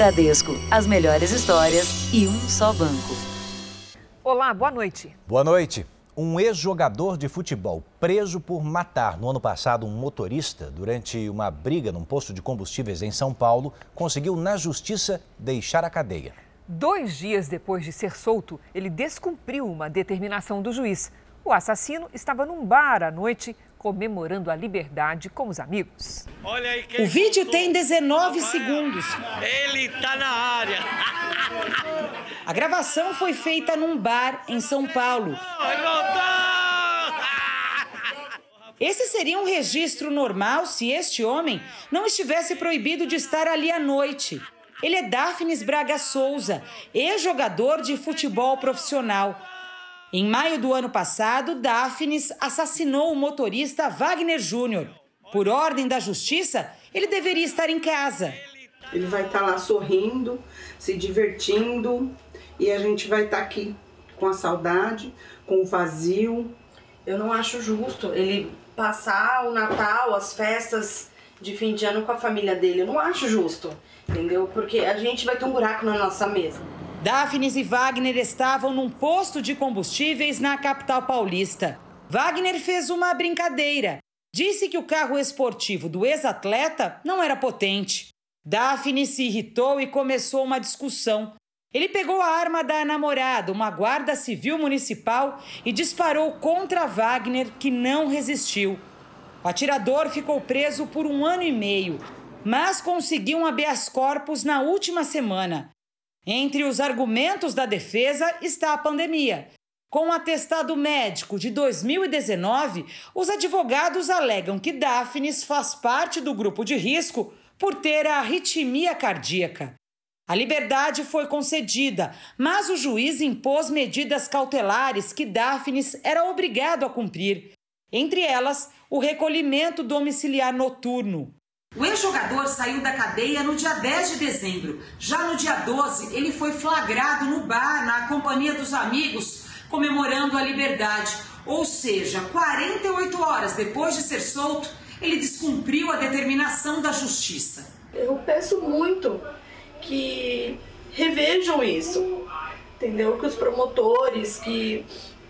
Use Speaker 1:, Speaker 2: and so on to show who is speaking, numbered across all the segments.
Speaker 1: Bradesco, as melhores histórias e um só banco.
Speaker 2: Olá, boa noite.
Speaker 3: Boa noite. Um ex-jogador de futebol preso por matar no ano passado um motorista durante uma briga num posto de combustíveis em São Paulo conseguiu, na justiça, deixar a cadeia.
Speaker 2: 2 dias depois de ser solto, ele descumpriu uma determinação do juiz. O assassino estava num bar à noite, comemorando a liberdade com os amigos.
Speaker 4: O vídeo tem 19 segundos.
Speaker 5: Ele tá na área.
Speaker 4: A gravação foi feita num bar em São Paulo. Esse seria um registro normal se este homem não estivesse proibido de estar ali à noite. Ele é Dáfnis Braga Souza, ex-jogador de futebol profissional. Em maio do ano passado, Dáfnis assassinou o motorista Wagner Júnior. Por ordem da justiça, ele deveria estar em casa.
Speaker 6: Ele vai estar lá sorrindo, se divertindo, e a gente vai estar aqui com a saudade, com o vazio.
Speaker 7: Eu não acho justo ele passar o Natal, as festas de fim de ano com a família dele. Eu não acho justo, entendeu? Porque a gente vai ter um buraco na nossa mesa.
Speaker 4: Dáfnis e Wagner estavam num posto de combustíveis na capital paulista. Wagner fez uma brincadeira. Disse que o carro esportivo do ex-atleta não era potente. Dáfnis se irritou e começou uma discussão. Ele pegou a arma da namorada, uma guarda civil municipal, e disparou contra Wagner, que não resistiu. O atirador ficou preso por 1 ano e meio, mas conseguiu um habeas corpus na última semana. Entre os argumentos da defesa está a pandemia. Com um atestado médico de 2019, os advogados alegam que Dáfnis faz parte do grupo de risco por ter a arritmia cardíaca. A liberdade foi concedida, mas o juiz impôs medidas cautelares que Dáfnis era obrigado a cumprir. Entre elas, o recolhimento domiciliar noturno.
Speaker 8: O ex-jogador saiu da cadeia no dia 10 de dezembro. Já no dia 12, ele foi flagrado no bar, na companhia dos amigos, comemorando a liberdade. Ou seja, 48 horas depois de ser solto, ele descumpriu a determinação da justiça.
Speaker 7: Eu peço muito que revejam isso, entendeu? Que os promotores, que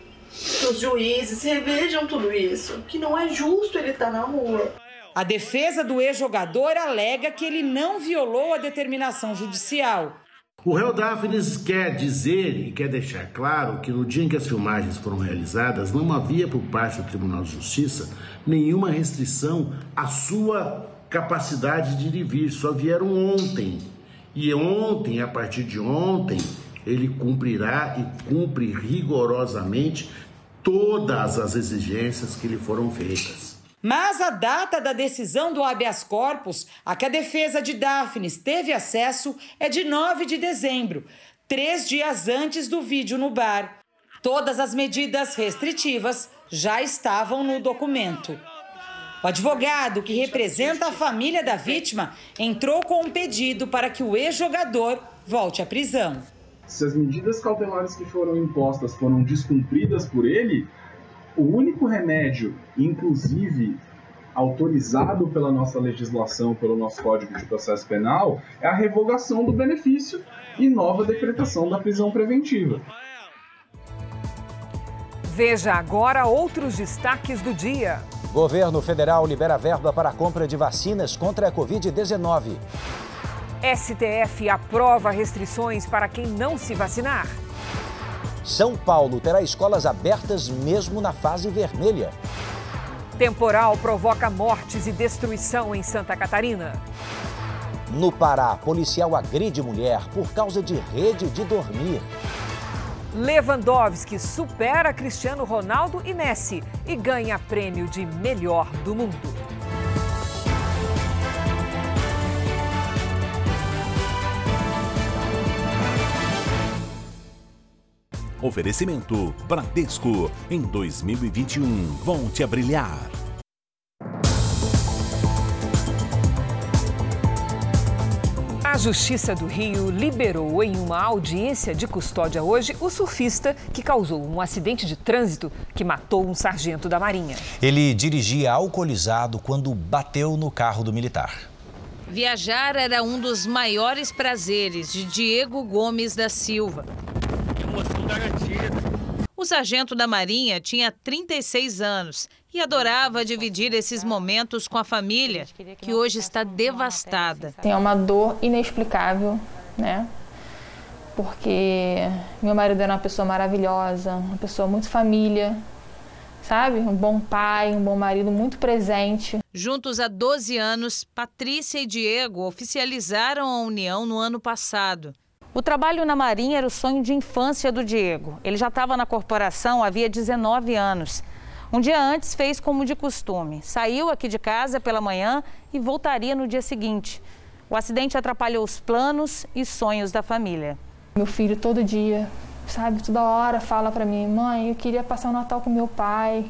Speaker 7: os juízes revejam tudo isso, que não é justo ele estar na rua.
Speaker 4: A defesa do ex-jogador alega que ele não violou a determinação judicial.
Speaker 9: O réu Dáfnis quer dizer e quer deixar claro que no dia em que as filmagens foram realizadas, não havia por parte do Tribunal de Justiça nenhuma restrição à sua capacidade de ir e vir, só vieram ontem. E ontem, a partir de ontem, ele cumprirá e cumpre rigorosamente todas as exigências que lhe foram feitas.
Speaker 4: Mas a data da decisão do habeas corpus, a que a defesa de Dáfnis teve acesso, é de 9 de dezembro, 3 dias antes do vídeo no bar. Todas as medidas restritivas já estavam no documento. O advogado, que representa a família da vítima, entrou com um pedido para que o ex-jogador volte à prisão.
Speaker 10: Se as medidas cautelares que foram impostas foram descumpridas por ele, o único remédio, inclusive autorizado pela nossa legislação, pelo nosso Código de Processo Penal, é a revogação do benefício e nova decretação da prisão preventiva.
Speaker 2: Veja agora outros destaques do dia.
Speaker 3: Governo federal libera verba para a compra de vacinas contra a Covid-19.
Speaker 2: STF aprova restrições para quem não se vacinar.
Speaker 3: São Paulo terá escolas abertas mesmo na fase vermelha.
Speaker 2: Temporal provoca mortes e destruição em Santa Catarina.
Speaker 3: No Pará, policial agride mulher por causa de rede de dormir.
Speaker 2: Lewandowski supera Cristiano Ronaldo e Messi e ganha prêmio de melhor do mundo.
Speaker 11: Oferecimento Bradesco. Em 2021, volte a brilhar.
Speaker 2: A Justiça do Rio liberou em uma audiência de custódia hoje o surfista que causou um acidente de trânsito que matou um sargento da Marinha.
Speaker 3: Ele dirigia alcoolizado quando bateu no carro do militar.
Speaker 12: Viajar era um dos maiores prazeres de Diego Gomes da Silva.
Speaker 5: Emoção garantida.
Speaker 12: O sargento da Marinha tinha 36 anos e adorava dividir esses momentos com a família, que hoje está devastada.
Speaker 13: É uma dor inexplicável, né? Porque meu marido era uma pessoa maravilhosa, uma pessoa muito família, sabe? Um bom pai, um bom marido, muito presente.
Speaker 12: Juntos há 12 anos, Patrícia e Diego oficializaram a união no ano passado. O trabalho na Marinha era o sonho de infância do Diego. Ele já estava na corporação havia 19 anos. Um dia antes fez como de costume. Saiu aqui de casa pela manhã e voltaria no dia seguinte. O acidente atrapalhou os planos e sonhos da família.
Speaker 13: Meu filho todo dia, sabe, toda hora fala para mim: mãe, eu queria passar o Natal com meu pai.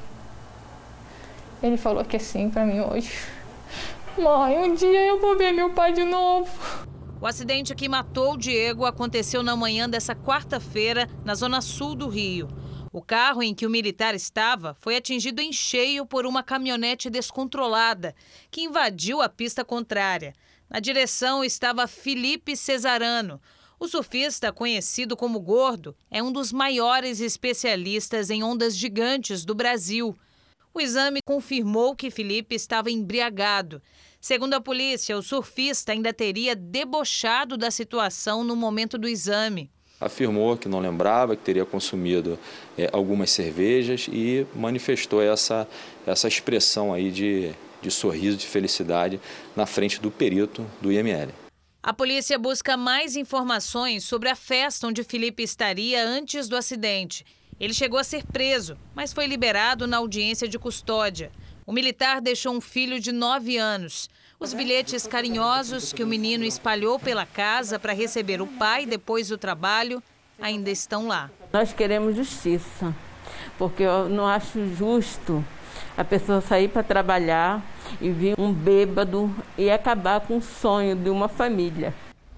Speaker 13: Ele falou que sim para mim hoje. Mãe, um dia eu vou ver meu pai de novo.
Speaker 12: O acidente que matou o Diego aconteceu na manhã dessa quarta-feira, na zona sul do Rio. O carro em que o militar estava foi atingido em cheio por uma caminhonete descontrolada, que invadiu a pista contrária. Na direção estava Felipe Cesarano. O surfista, conhecido como Gordo, é um dos maiores especialistas em ondas gigantes do Brasil. O exame confirmou que Felipe estava embriagado. Segundo a polícia, o surfista ainda teria debochado da situação no momento do exame.
Speaker 14: Afirmou que não lembrava, que teria consumido algumas cervejas e manifestou essa expressão aí de sorriso, de felicidade na frente do perito do IML.
Speaker 12: A polícia busca mais informações sobre a festa onde Felipe estaria antes do acidente. Ele chegou a ser preso, mas foi liberado na audiência de custódia. O militar deixou um filho de 9 anos. Os bilhetes carinhosos que o menino espalhou pela casa para receber o pai depois do trabalho ainda estão lá.
Speaker 15: Nós queremos justiça, porque eu não acho justo a pessoa sair para trabalhar e vir um bêbado e acabar com o sonho de uma família.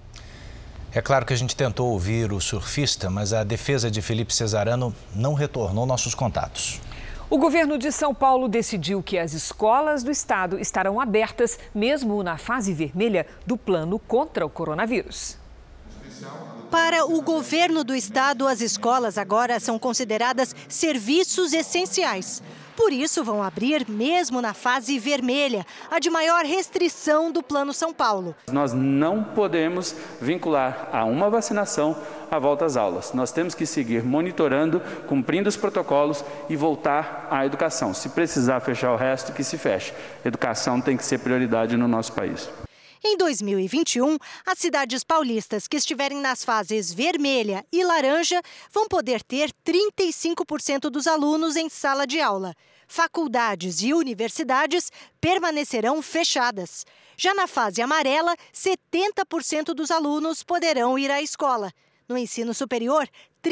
Speaker 3: É claro que a gente tentou ouvir o surfista, mas a defesa de Felipe Cesarano não retornou nossos contatos.
Speaker 2: O governo de São Paulo decidiu que as escolas do estado estarão abertas, mesmo na fase vermelha do plano contra o coronavírus.
Speaker 16: Para o governo do estado, as escolas agora são consideradas serviços essenciais. Por isso, vão abrir mesmo na fase vermelha, a de maior restrição do Plano São Paulo.
Speaker 17: Nós não podemos vincular a uma vacinação a volta às aulas. Nós temos que seguir monitorando, cumprindo os protocolos e voltar à educação. Se precisar fechar o resto, que se feche. Educação tem que ser prioridade no nosso país.
Speaker 16: Em 2021, as cidades paulistas que estiverem nas fases vermelha e laranja vão poder ter 35% dos alunos em sala de aula. Faculdades e universidades permanecerão fechadas. Já na fase amarela, 70% dos alunos poderão ir à escola. No ensino superior,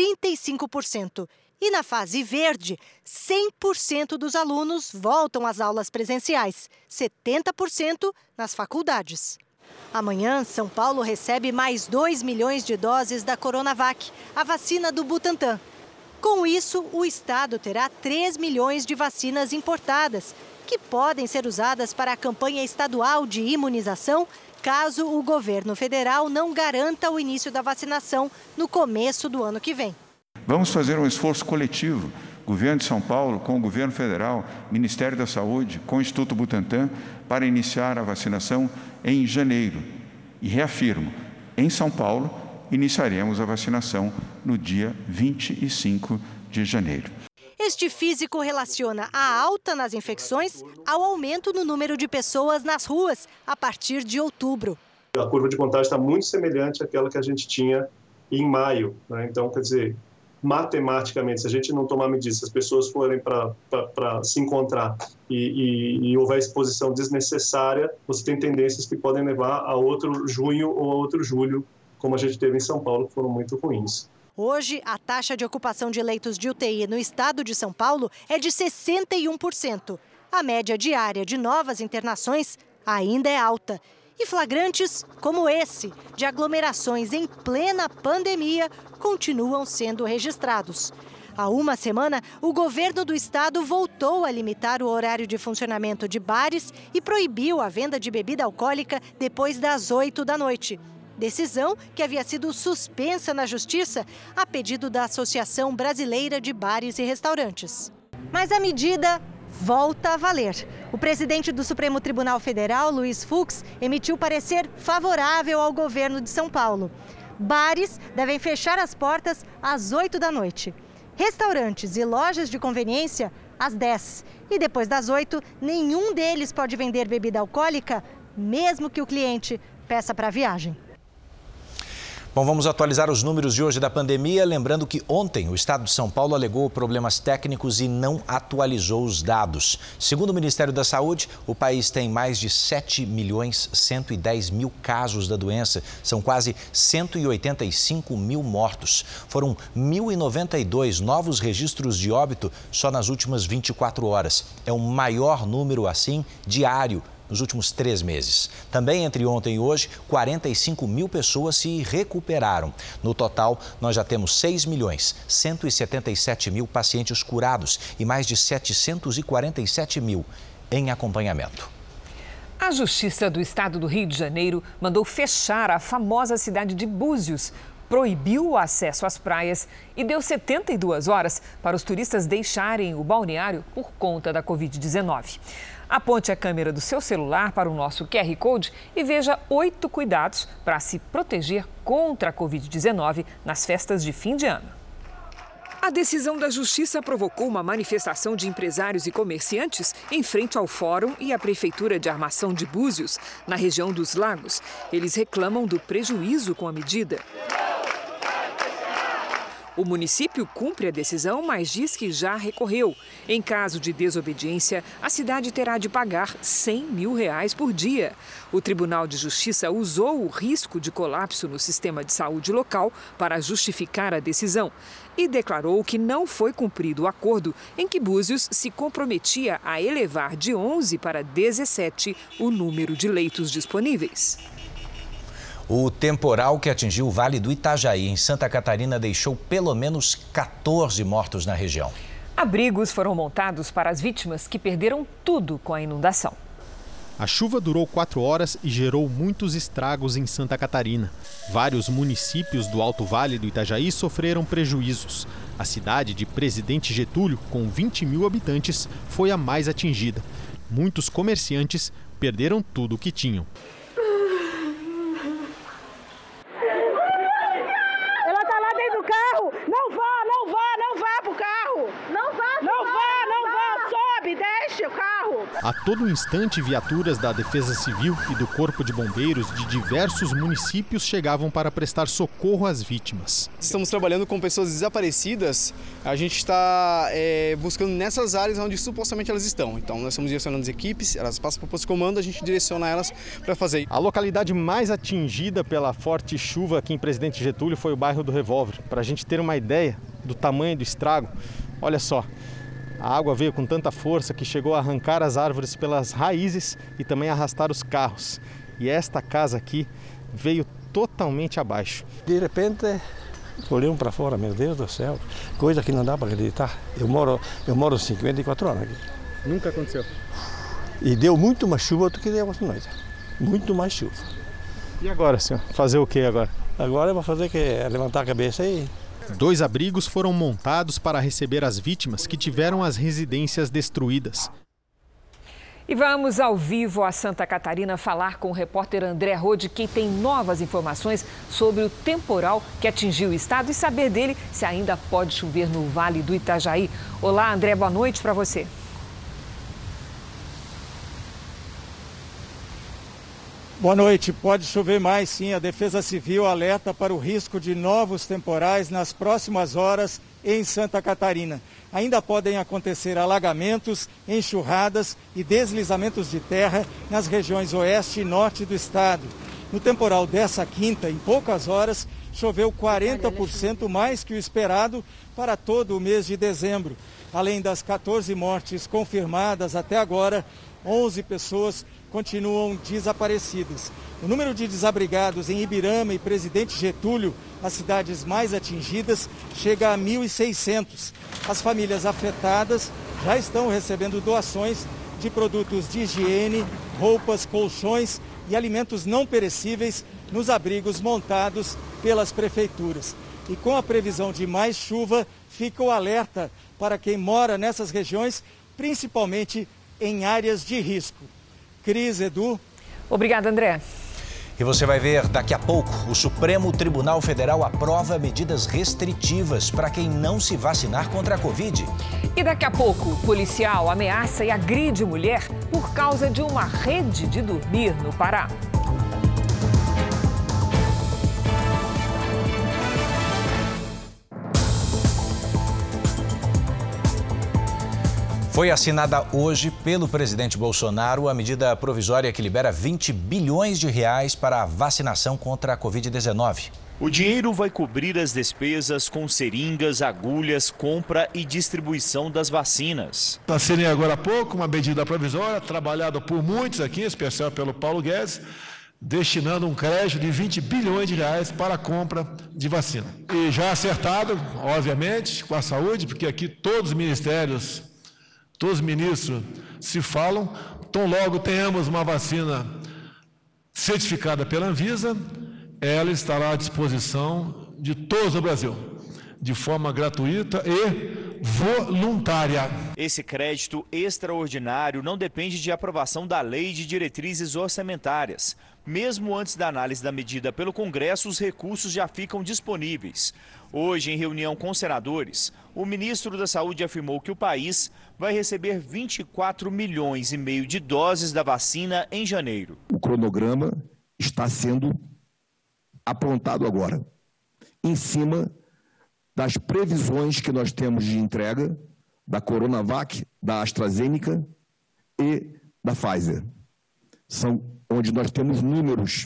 Speaker 16: 35%. E na fase verde, 100% dos alunos voltam às aulas presenciais, 70% nas faculdades. Amanhã, São Paulo recebe mais 2 milhões de doses da Coronavac, a vacina do Butantan. Com isso, o estado terá 3 milhões de vacinas importadas, que podem ser usadas para a campanha estadual de imunização, caso o governo federal não garanta o início da vacinação no começo do ano que vem.
Speaker 18: Vamos fazer um esforço coletivo, governo de São Paulo, com o governo federal, Ministério da Saúde, com o Instituto Butantan, para iniciar a vacinação em janeiro. E reafirmo, em São Paulo, iniciaremos a vacinação no dia 25 de janeiro.
Speaker 16: Este físico relaciona a alta nas infecções ao aumento no número de pessoas nas ruas a partir de outubro.
Speaker 19: A curva de contágio está muito semelhante àquela que a gente tinha em maio, né? Então, quer dizer, matematicamente, se a gente não tomar medidas, se as pessoas forem para se encontrar e houver exposição desnecessária, você tem tendências que podem levar a outro junho ou a outro julho, como a gente teve em São Paulo, que foram muito ruins.
Speaker 16: Hoje, a taxa de ocupação de leitos de UTI no estado de São Paulo é de 61%. A média diária de novas internações ainda é alta. E flagrantes como esse, de aglomerações em plena pandemia, continuam sendo registrados. Há uma semana, o governo do estado voltou a limitar o horário de funcionamento de bares e proibiu a venda de bebida alcoólica depois das 8 da noite. Decisão que havia sido suspensa na Justiça a pedido da Associação Brasileira de Bares e Restaurantes. Mas a medida volta a valer. O presidente do Supremo Tribunal Federal, Luiz Fux, emitiu parecer favorável ao governo de São Paulo. Bares devem fechar as portas às 8 da noite. Restaurantes e lojas de conveniência às 10. E depois das 8, nenhum deles pode vender bebida alcoólica, mesmo que o cliente peça para a viagem.
Speaker 3: Bom, vamos atualizar os números de hoje da pandemia. Lembrando que ontem o estado de São Paulo alegou problemas técnicos e não atualizou os dados. Segundo o Ministério da Saúde, o país tem mais de 7.110.000 casos da doença. São quase 185 mil mortos. Foram 1.092 novos registros de óbito só nas últimas 24 horas. É o maior número assim diário nos últimos 3 meses. Também entre ontem e hoje, 45 mil pessoas se recuperaram. No total, nós já temos 6.177.000 pacientes curados e mais de 747 mil em acompanhamento.
Speaker 2: A Justiça do Estado do Rio de Janeiro mandou fechar a famosa cidade de Búzios, proibiu o acesso às praias e deu 72 horas para os turistas deixarem o balneário por conta da Covid-19. Aponte a câmera do seu celular para o nosso QR Code e veja 8 cuidados para se proteger contra a Covid-19 nas festas de fim de ano. A decisão da Justiça provocou uma manifestação de empresários e comerciantes em frente ao Fórum e à Prefeitura de Armação de Búzios, na região dos Lagos. Eles reclamam do prejuízo com a medida. O município cumpre a decisão, mas diz que já recorreu. Em caso de desobediência, a cidade terá de pagar R$100 mil por dia. O Tribunal de Justiça usou o risco de colapso no sistema de saúde local para justificar a decisão e declarou que não foi cumprido o acordo em que Búzios se comprometia a elevar de 11 para 17 o número de leitos disponíveis.
Speaker 3: O temporal que atingiu o Vale do Itajaí, em Santa Catarina, deixou pelo menos 14 mortos na região.
Speaker 2: Abrigos foram montados para as vítimas que perderam tudo com a inundação.
Speaker 20: A chuva durou 4 horas e gerou muitos estragos em Santa Catarina. Vários municípios do Alto Vale do Itajaí sofreram prejuízos. A cidade de Presidente Getúlio, com 20 mil habitantes, foi a mais atingida. Muitos comerciantes perderam tudo o que tinham. A todo instante, viaturas da Defesa Civil e do Corpo de Bombeiros de diversos municípios chegavam para prestar socorro às vítimas.
Speaker 21: Estamos trabalhando com pessoas desaparecidas. A gente está buscando nessas áreas onde supostamente elas estão. Então, nós estamos direcionando as equipes, elas passam para o posto de comando, a gente direciona elas para fazer.
Speaker 20: A localidade mais atingida pela forte chuva aqui em Presidente Getúlio foi o bairro do Revólver. Para a gente ter uma ideia do tamanho do estrago, olha só. A água veio com tanta força que chegou a arrancar as árvores pelas raízes e também arrastar os carros. E esta casa aqui veio totalmente abaixo.
Speaker 22: De repente, olhamos para fora, meu Deus do céu, coisa que não dá para acreditar. Eu moro 54 anos aqui.
Speaker 20: Nunca aconteceu?
Speaker 22: E deu muito mais chuva do que deu essa noite. Muito mais chuva.
Speaker 20: E agora, senhor? Fazer o que agora?
Speaker 22: Agora eu vou fazer levantar a cabeça e...
Speaker 20: 2 abrigos foram montados para receber as vítimas que tiveram as residências destruídas.
Speaker 2: E vamos ao vivo a Santa Catarina falar com o repórter André Rode, que tem novas informações sobre o temporal que atingiu o estado e saber dele se ainda pode chover no Vale do Itajaí. Olá, André, boa noite para você.
Speaker 23: Boa noite. Pode chover mais, sim. A Defesa Civil alerta para o risco de novos temporais nas próximas horas em Santa Catarina. Ainda podem acontecer alagamentos, enxurradas e deslizamentos de terra nas regiões oeste e norte do estado. No temporal dessa quinta, em poucas horas, choveu 40% mais que o esperado para todo o mês de dezembro. Além das 14 mortes confirmadas até agora, 11 pessoas continuam desaparecidas. O número de desabrigados em Ibirama e Presidente Getúlio, as cidades mais atingidas, chega a 1.600. As famílias afetadas já estão recebendo doações de produtos de higiene, roupas, colchões e alimentos não perecíveis nos abrigos montados pelas prefeituras. E com a previsão de mais chuva, fica o alerta para quem mora nessas regiões, principalmente em áreas de risco. Cris, Edu.
Speaker 2: Obrigada, André.
Speaker 3: E você vai ver daqui a pouco, o Supremo Tribunal Federal aprova medidas restritivas para quem não se vacinar contra a Covid.
Speaker 2: E daqui a pouco, policial ameaça e agride mulher por causa de uma rede de dormir no Pará.
Speaker 3: Foi assinada hoje pelo presidente Bolsonaro a medida provisória que libera 20 bilhões de reais para a vacinação contra a Covid-19.
Speaker 1: O dinheiro vai cobrir as despesas com seringas, agulhas, compra e distribuição das vacinas.
Speaker 6: Assinei agora há pouco uma medida provisória, trabalhada por muitos aqui, em especial pelo Paulo Guedes, destinando um crédito de 20 bilhões de reais para a compra de vacina. E já acertado, obviamente, com a saúde, porque aqui todos os ministérios, todos os ministros se falam, tão logo tenhamos uma vacina certificada pela Anvisa, ela estará à disposição de todos no Brasil, de forma gratuita e voluntária.
Speaker 1: Esse crédito extraordinário não depende de aprovação da Lei de Diretrizes Orçamentárias. Mesmo antes da análise da medida pelo Congresso, os recursos já ficam disponíveis. Hoje, em reunião com senadores, o ministro da Saúde afirmou que o país vai receber 24 milhões e meio de doses da vacina em janeiro.
Speaker 8: O cronograma está sendo aprontado agora, em cima das previsões que nós temos de entrega da Coronavac, da AstraZeneca e da Pfizer. São onde nós temos números.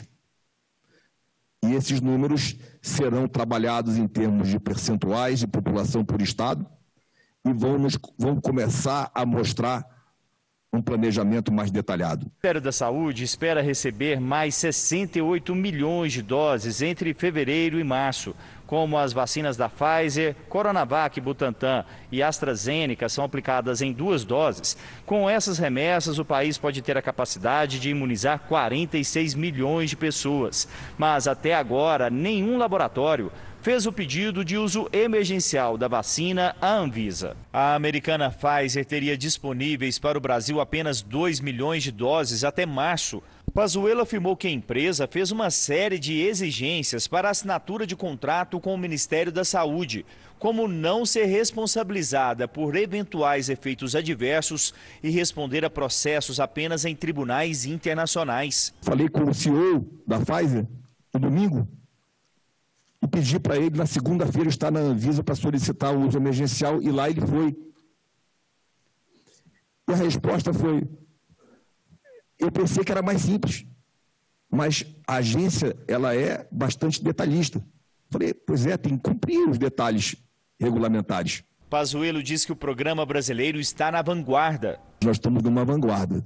Speaker 8: E esses números serão trabalhados em termos de percentuais de população por estado e vão começar a mostrar um planejamento mais detalhado.
Speaker 1: O Ministério da Saúde espera receber mais 68 milhões de doses entre fevereiro e março. Como as vacinas da Pfizer, Coronavac, Butantan e AstraZeneca são aplicadas em 2 doses, com essas remessas o país pode ter a capacidade de imunizar 46 milhões de pessoas. Mas até agora, nenhum laboratório fez o pedido de uso emergencial da vacina à Anvisa. A americana Pfizer teria disponíveis para o Brasil apenas 2 milhões de doses até março. Pazuello afirmou que a empresa fez uma série de exigências para a assinatura de contrato com o Ministério da Saúde, como não ser responsabilizada por eventuais efeitos adversos e responder a processos apenas em tribunais internacionais.
Speaker 8: Falei com o CEO da Pfizer no domingo e pedi para ele, na segunda-feira, estar na Anvisa para solicitar o uso emergencial, e lá ele foi. E a resposta foi: eu pensei que era mais simples, mas a agência ela é bastante detalhista. Falei, pois é, tem que cumprir os detalhes regulamentares.
Speaker 1: Pazuello diz que o programa brasileiro está na vanguarda.
Speaker 8: Nós estamos numa vanguarda.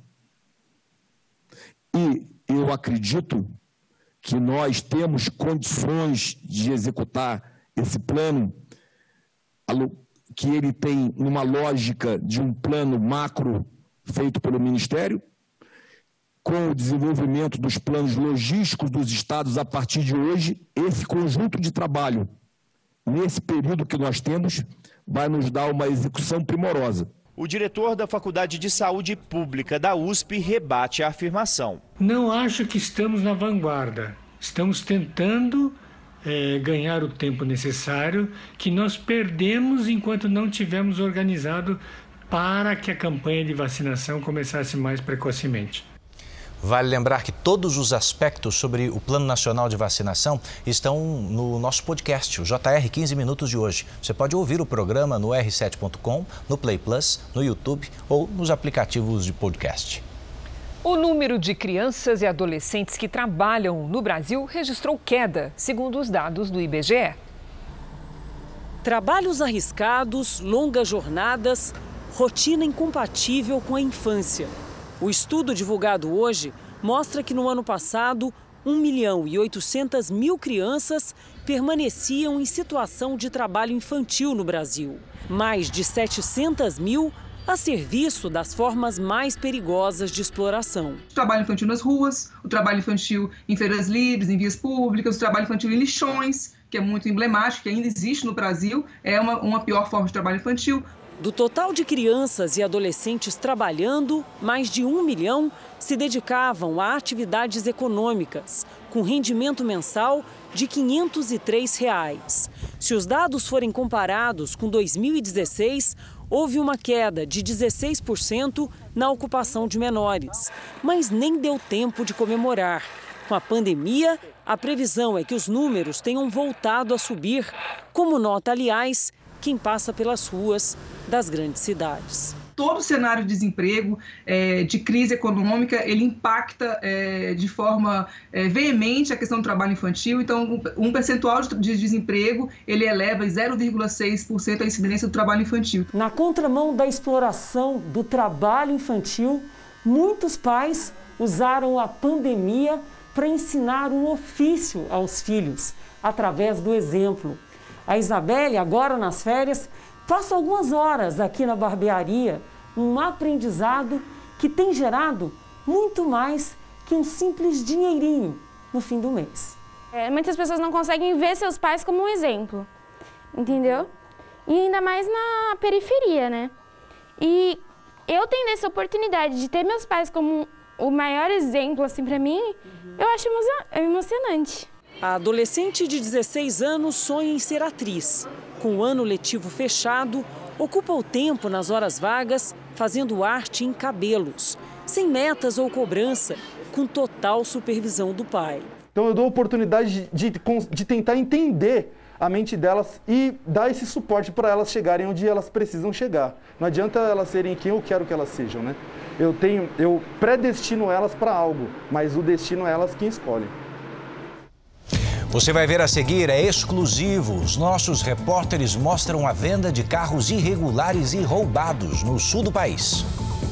Speaker 8: E eu acredito que nós temos condições de executar esse plano, que ele tem uma lógica de um plano macro feito pelo Ministério, com o desenvolvimento dos planos logísticos dos estados a partir de hoje. Esse conjunto de trabalho, nesse período que nós temos, vai nos dar uma execução primorosa.
Speaker 1: O diretor da Faculdade de Saúde Pública da USP rebate a afirmação.
Speaker 24: Não acho que estamos na vanguarda. Estamos tentando ganhar o tempo necessário que nós perdemos enquanto não tivermos organizado para que a campanha de vacinação começasse mais precocemente.
Speaker 3: Vale lembrar que todos os aspectos sobre o Plano Nacional de Vacinação estão no nosso podcast, o JR 15 Minutos de hoje. Você pode ouvir o programa no r7.com, no Play Plus, no YouTube ou nos aplicativos de podcast.
Speaker 2: O número de crianças e adolescentes que trabalham no Brasil registrou queda, segundo os dados do IBGE.
Speaker 25: Trabalhos arriscados, longas jornadas, rotina incompatível com a infância.
Speaker 4: O estudo divulgado hoje mostra que no ano passado, 1.800.000 crianças permaneciam em situação de trabalho infantil no Brasil. Mais de 700.000 a serviço das formas mais perigosas de exploração.
Speaker 7: O trabalho infantil nas ruas, o trabalho infantil em feiras livres, em vias públicas, o trabalho infantil em lixões, que é muito emblemático, que ainda existe no Brasil, é uma pior forma de trabalho infantil.
Speaker 4: Do total de crianças e adolescentes trabalhando, mais de 1 milhão se dedicavam a atividades econômicas, com rendimento mensal de R$ 503. Se os dados forem comparados com 2016, houve uma queda de 16% na ocupação de menores, mas nem deu tempo de comemorar. Com a pandemia, a previsão é que os números tenham voltado a subir, como nota, aliás, quem passa pelas ruas das grandes cidades.
Speaker 7: Todo o cenário de desemprego, de crise econômica, ele impacta de forma veemente a questão do trabalho infantil. Então, um percentual de desemprego, ele eleva em 0,6% a incidência do trabalho infantil.
Speaker 4: Na contramão da exploração do trabalho infantil, muitos pais usaram a pandemia para ensinar um ofício aos filhos, através do exemplo. A Isabelle, agora nas férias, passa algumas horas aqui na barbearia, um aprendizado que tem gerado muito mais que um simples dinheirinho no fim do mês.
Speaker 9: Muitas pessoas não conseguem ver seus pais como um exemplo, entendeu? E ainda mais na periferia, né? E eu tendo essa oportunidade de ter meus pais como o maior exemplo, assim, para mim, eu acho emocionante.
Speaker 4: A adolescente de 16 anos sonha em ser atriz. Com o ano letivo fechado, ocupa o tempo nas horas vagas fazendo arte em cabelos, sem metas ou cobrança, com total supervisão do pai.
Speaker 10: Então eu dou a oportunidade de tentar entender a mente delas e dar esse suporte para elas chegarem onde elas precisam chegar. Não adianta elas serem quem eu quero que elas sejam, né? Eu predestino elas para algo, mas o destino é elas quem escolhem.
Speaker 3: Você vai ver a seguir, é exclusivo. Os nossos repórteres mostram a venda de carros irregulares e roubados no sul do país.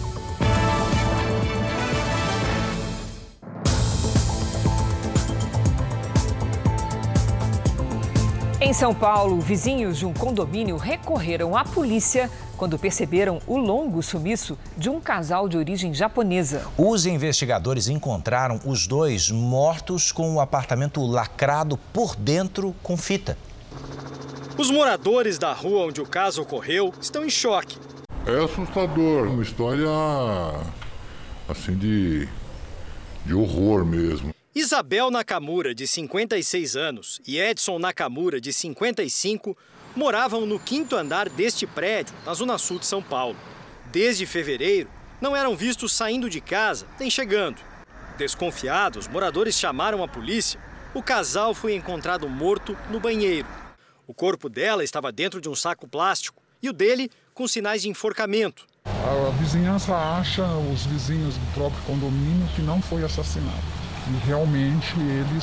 Speaker 2: Em São Paulo, vizinhos de um condomínio recorreram à polícia quando perceberam o longo sumiço de um casal de origem japonesa.
Speaker 3: Os investigadores encontraram os dois mortos com o apartamento lacrado por dentro com fita.
Speaker 25: Os moradores da rua onde o caso ocorreu estão em choque.
Speaker 26: É assustador, uma história assim de horror mesmo.
Speaker 25: Isabel Nakamura, de 56 anos, e Edson Nakamura, de 55, moravam no 5º andar deste prédio, na zona sul de São Paulo. Desde fevereiro, não eram vistos saindo de casa nem chegando. Desconfiados, moradores chamaram a polícia. O casal foi encontrado morto no banheiro. O corpo dela estava dentro de um saco plástico e o dele com sinais de enforcamento.
Speaker 26: A vizinhança acha, os vizinhos do próprio condomínio, que não foi assassinado. E realmente ele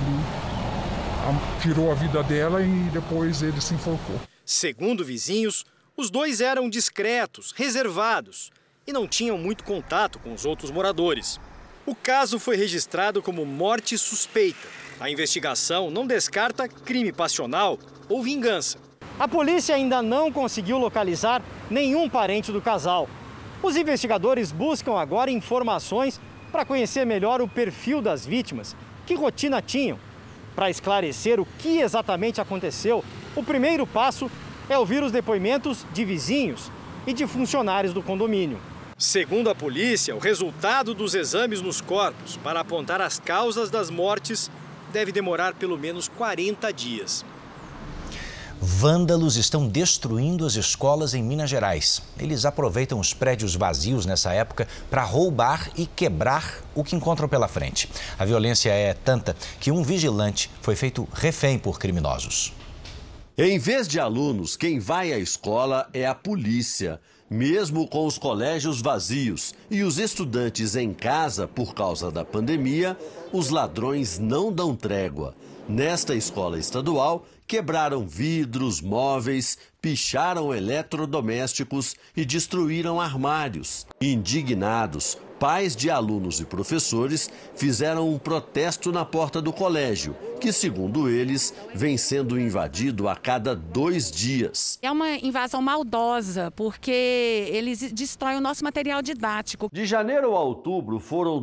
Speaker 26: tirou a vida dela e depois ele se enforcou.
Speaker 25: Segundo vizinhos, os dois eram discretos, reservados e não tinham muito contato com os outros moradores. O caso foi registrado como morte suspeita. A investigação não descarta crime passional ou vingança.
Speaker 27: A polícia ainda não conseguiu localizar nenhum parente do casal. Os investigadores buscam agora informações para conhecer melhor o perfil das vítimas, que rotina tinham. Para esclarecer o que exatamente aconteceu, o primeiro passo é ouvir os depoimentos de vizinhos e de funcionários do condomínio.
Speaker 25: Segundo a polícia, o resultado dos exames nos corpos para apontar as causas das mortes deve demorar pelo menos 40 dias.
Speaker 3: Vândalos estão destruindo as escolas em Minas Gerais. Eles aproveitam os prédios vazios nessa época para roubar e quebrar o que encontram pela frente. A violência é tanta que um vigilante foi feito refém por criminosos.
Speaker 28: Em vez de alunos, quem vai à escola é a polícia. Mesmo com os colégios vazios e os estudantes em casa por causa da pandemia, os ladrões não dão trégua. Nesta escola estadual, quebraram vidros, móveis, picharam eletrodomésticos e destruíram armários. Indignados, pais de alunos e professores fizeram um protesto na porta do colégio, que, segundo eles, vem sendo invadido a cada 2 dias.
Speaker 5: É uma invasão maldosa, porque eles destroem o nosso material didático.
Speaker 28: De janeiro a outubro, foram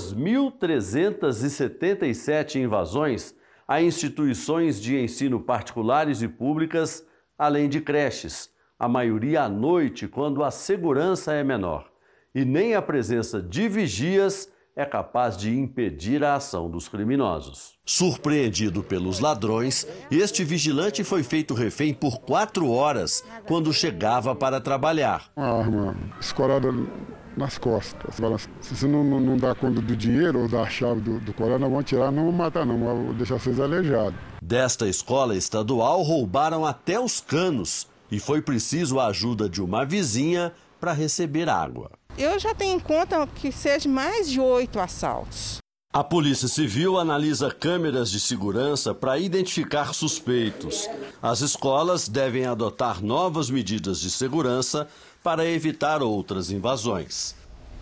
Speaker 28: 2.377 invasões a instituições de ensino particulares e públicas, além de creches, a maioria à noite, quando a segurança é menor. E nem a presença de vigias é capaz de impedir a ação dos criminosos. Surpreendido pelos ladrões, este vigilante foi feito refém por 4 horas, quando chegava para trabalhar.
Speaker 26: Uma arma escorada nas costas. Se você não dá conta do dinheiro ou da chave do colar, não vão tirar, não vão matar não, vão deixar vocês aleijados.
Speaker 28: Desta escola estadual roubaram até os canos e foi preciso a ajuda de uma vizinha para receber água.
Speaker 11: Eu já tenho em conta que seja mais de 8 assaltos.
Speaker 28: A Polícia Civil analisa câmeras de segurança para identificar suspeitos. As escolas devem adotar novas medidas de segurança para evitar outras invasões.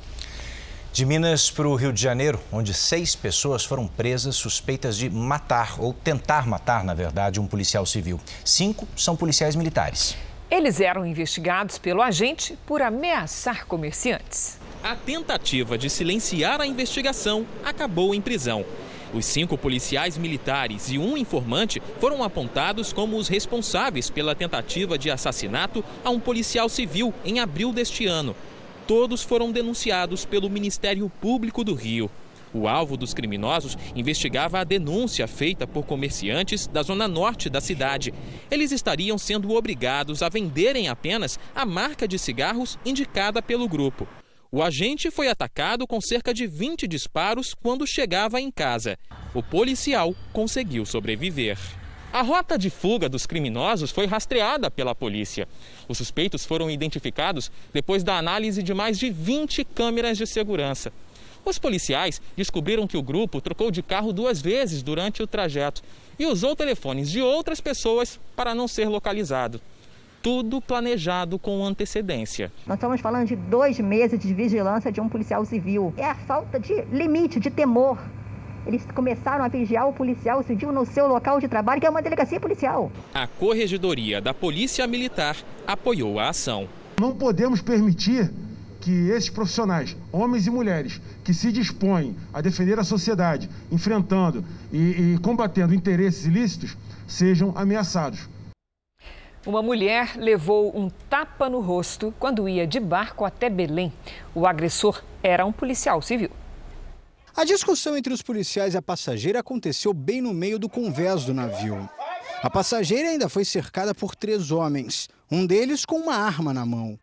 Speaker 3: De Minas para o Rio de Janeiro, onde 6 pessoas foram presas suspeitas de matar, ou tentar matar, na verdade, um policial civil. 5 são policiais militares.
Speaker 2: Eles eram investigados pelo agente por ameaçar comerciantes.
Speaker 12: A tentativa de silenciar a investigação acabou em prisão. Os 5 policiais militares e um informante foram apontados como os responsáveis pela tentativa de assassinato a um policial civil em abril deste ano. Todos foram denunciados pelo Ministério Público do Rio. O alvo dos criminosos investigava a denúncia feita por comerciantes da zona norte da cidade. Eles estariam sendo obrigados a venderem apenas a marca de cigarros indicada pelo grupo. O agente foi atacado com cerca de 20 disparos quando chegava em casa. O policial conseguiu sobreviver. A rota de fuga dos criminosos foi rastreada pela polícia. Os suspeitos foram identificados depois da análise de mais de 20 câmeras de segurança. Os policiais descobriram que o grupo trocou de carro 2 vezes durante o trajeto e usou telefones de outras pessoas para não ser localizado. Tudo planejado com antecedência.
Speaker 13: Nós estamos falando de 2 meses de vigilância de um policial civil. É a falta de limite, de temor. Eles começaram a vigiar o policial civil no seu local de trabalho, que é uma delegacia policial.
Speaker 12: A Corregedoria da Polícia Militar apoiou a ação.
Speaker 14: Não podemos permitir que esses profissionais, homens e mulheres, que se dispõem a defender a sociedade, enfrentando e combatendo interesses ilícitos, sejam ameaçados.
Speaker 2: Uma mulher levou um tapa no rosto quando ia de barco até Belém. O agressor era um policial civil.
Speaker 15: A discussão entre os policiais e a passageira aconteceu bem no meio do convés do navio. A passageira ainda foi cercada por 3 homens, um deles com uma arma na mão.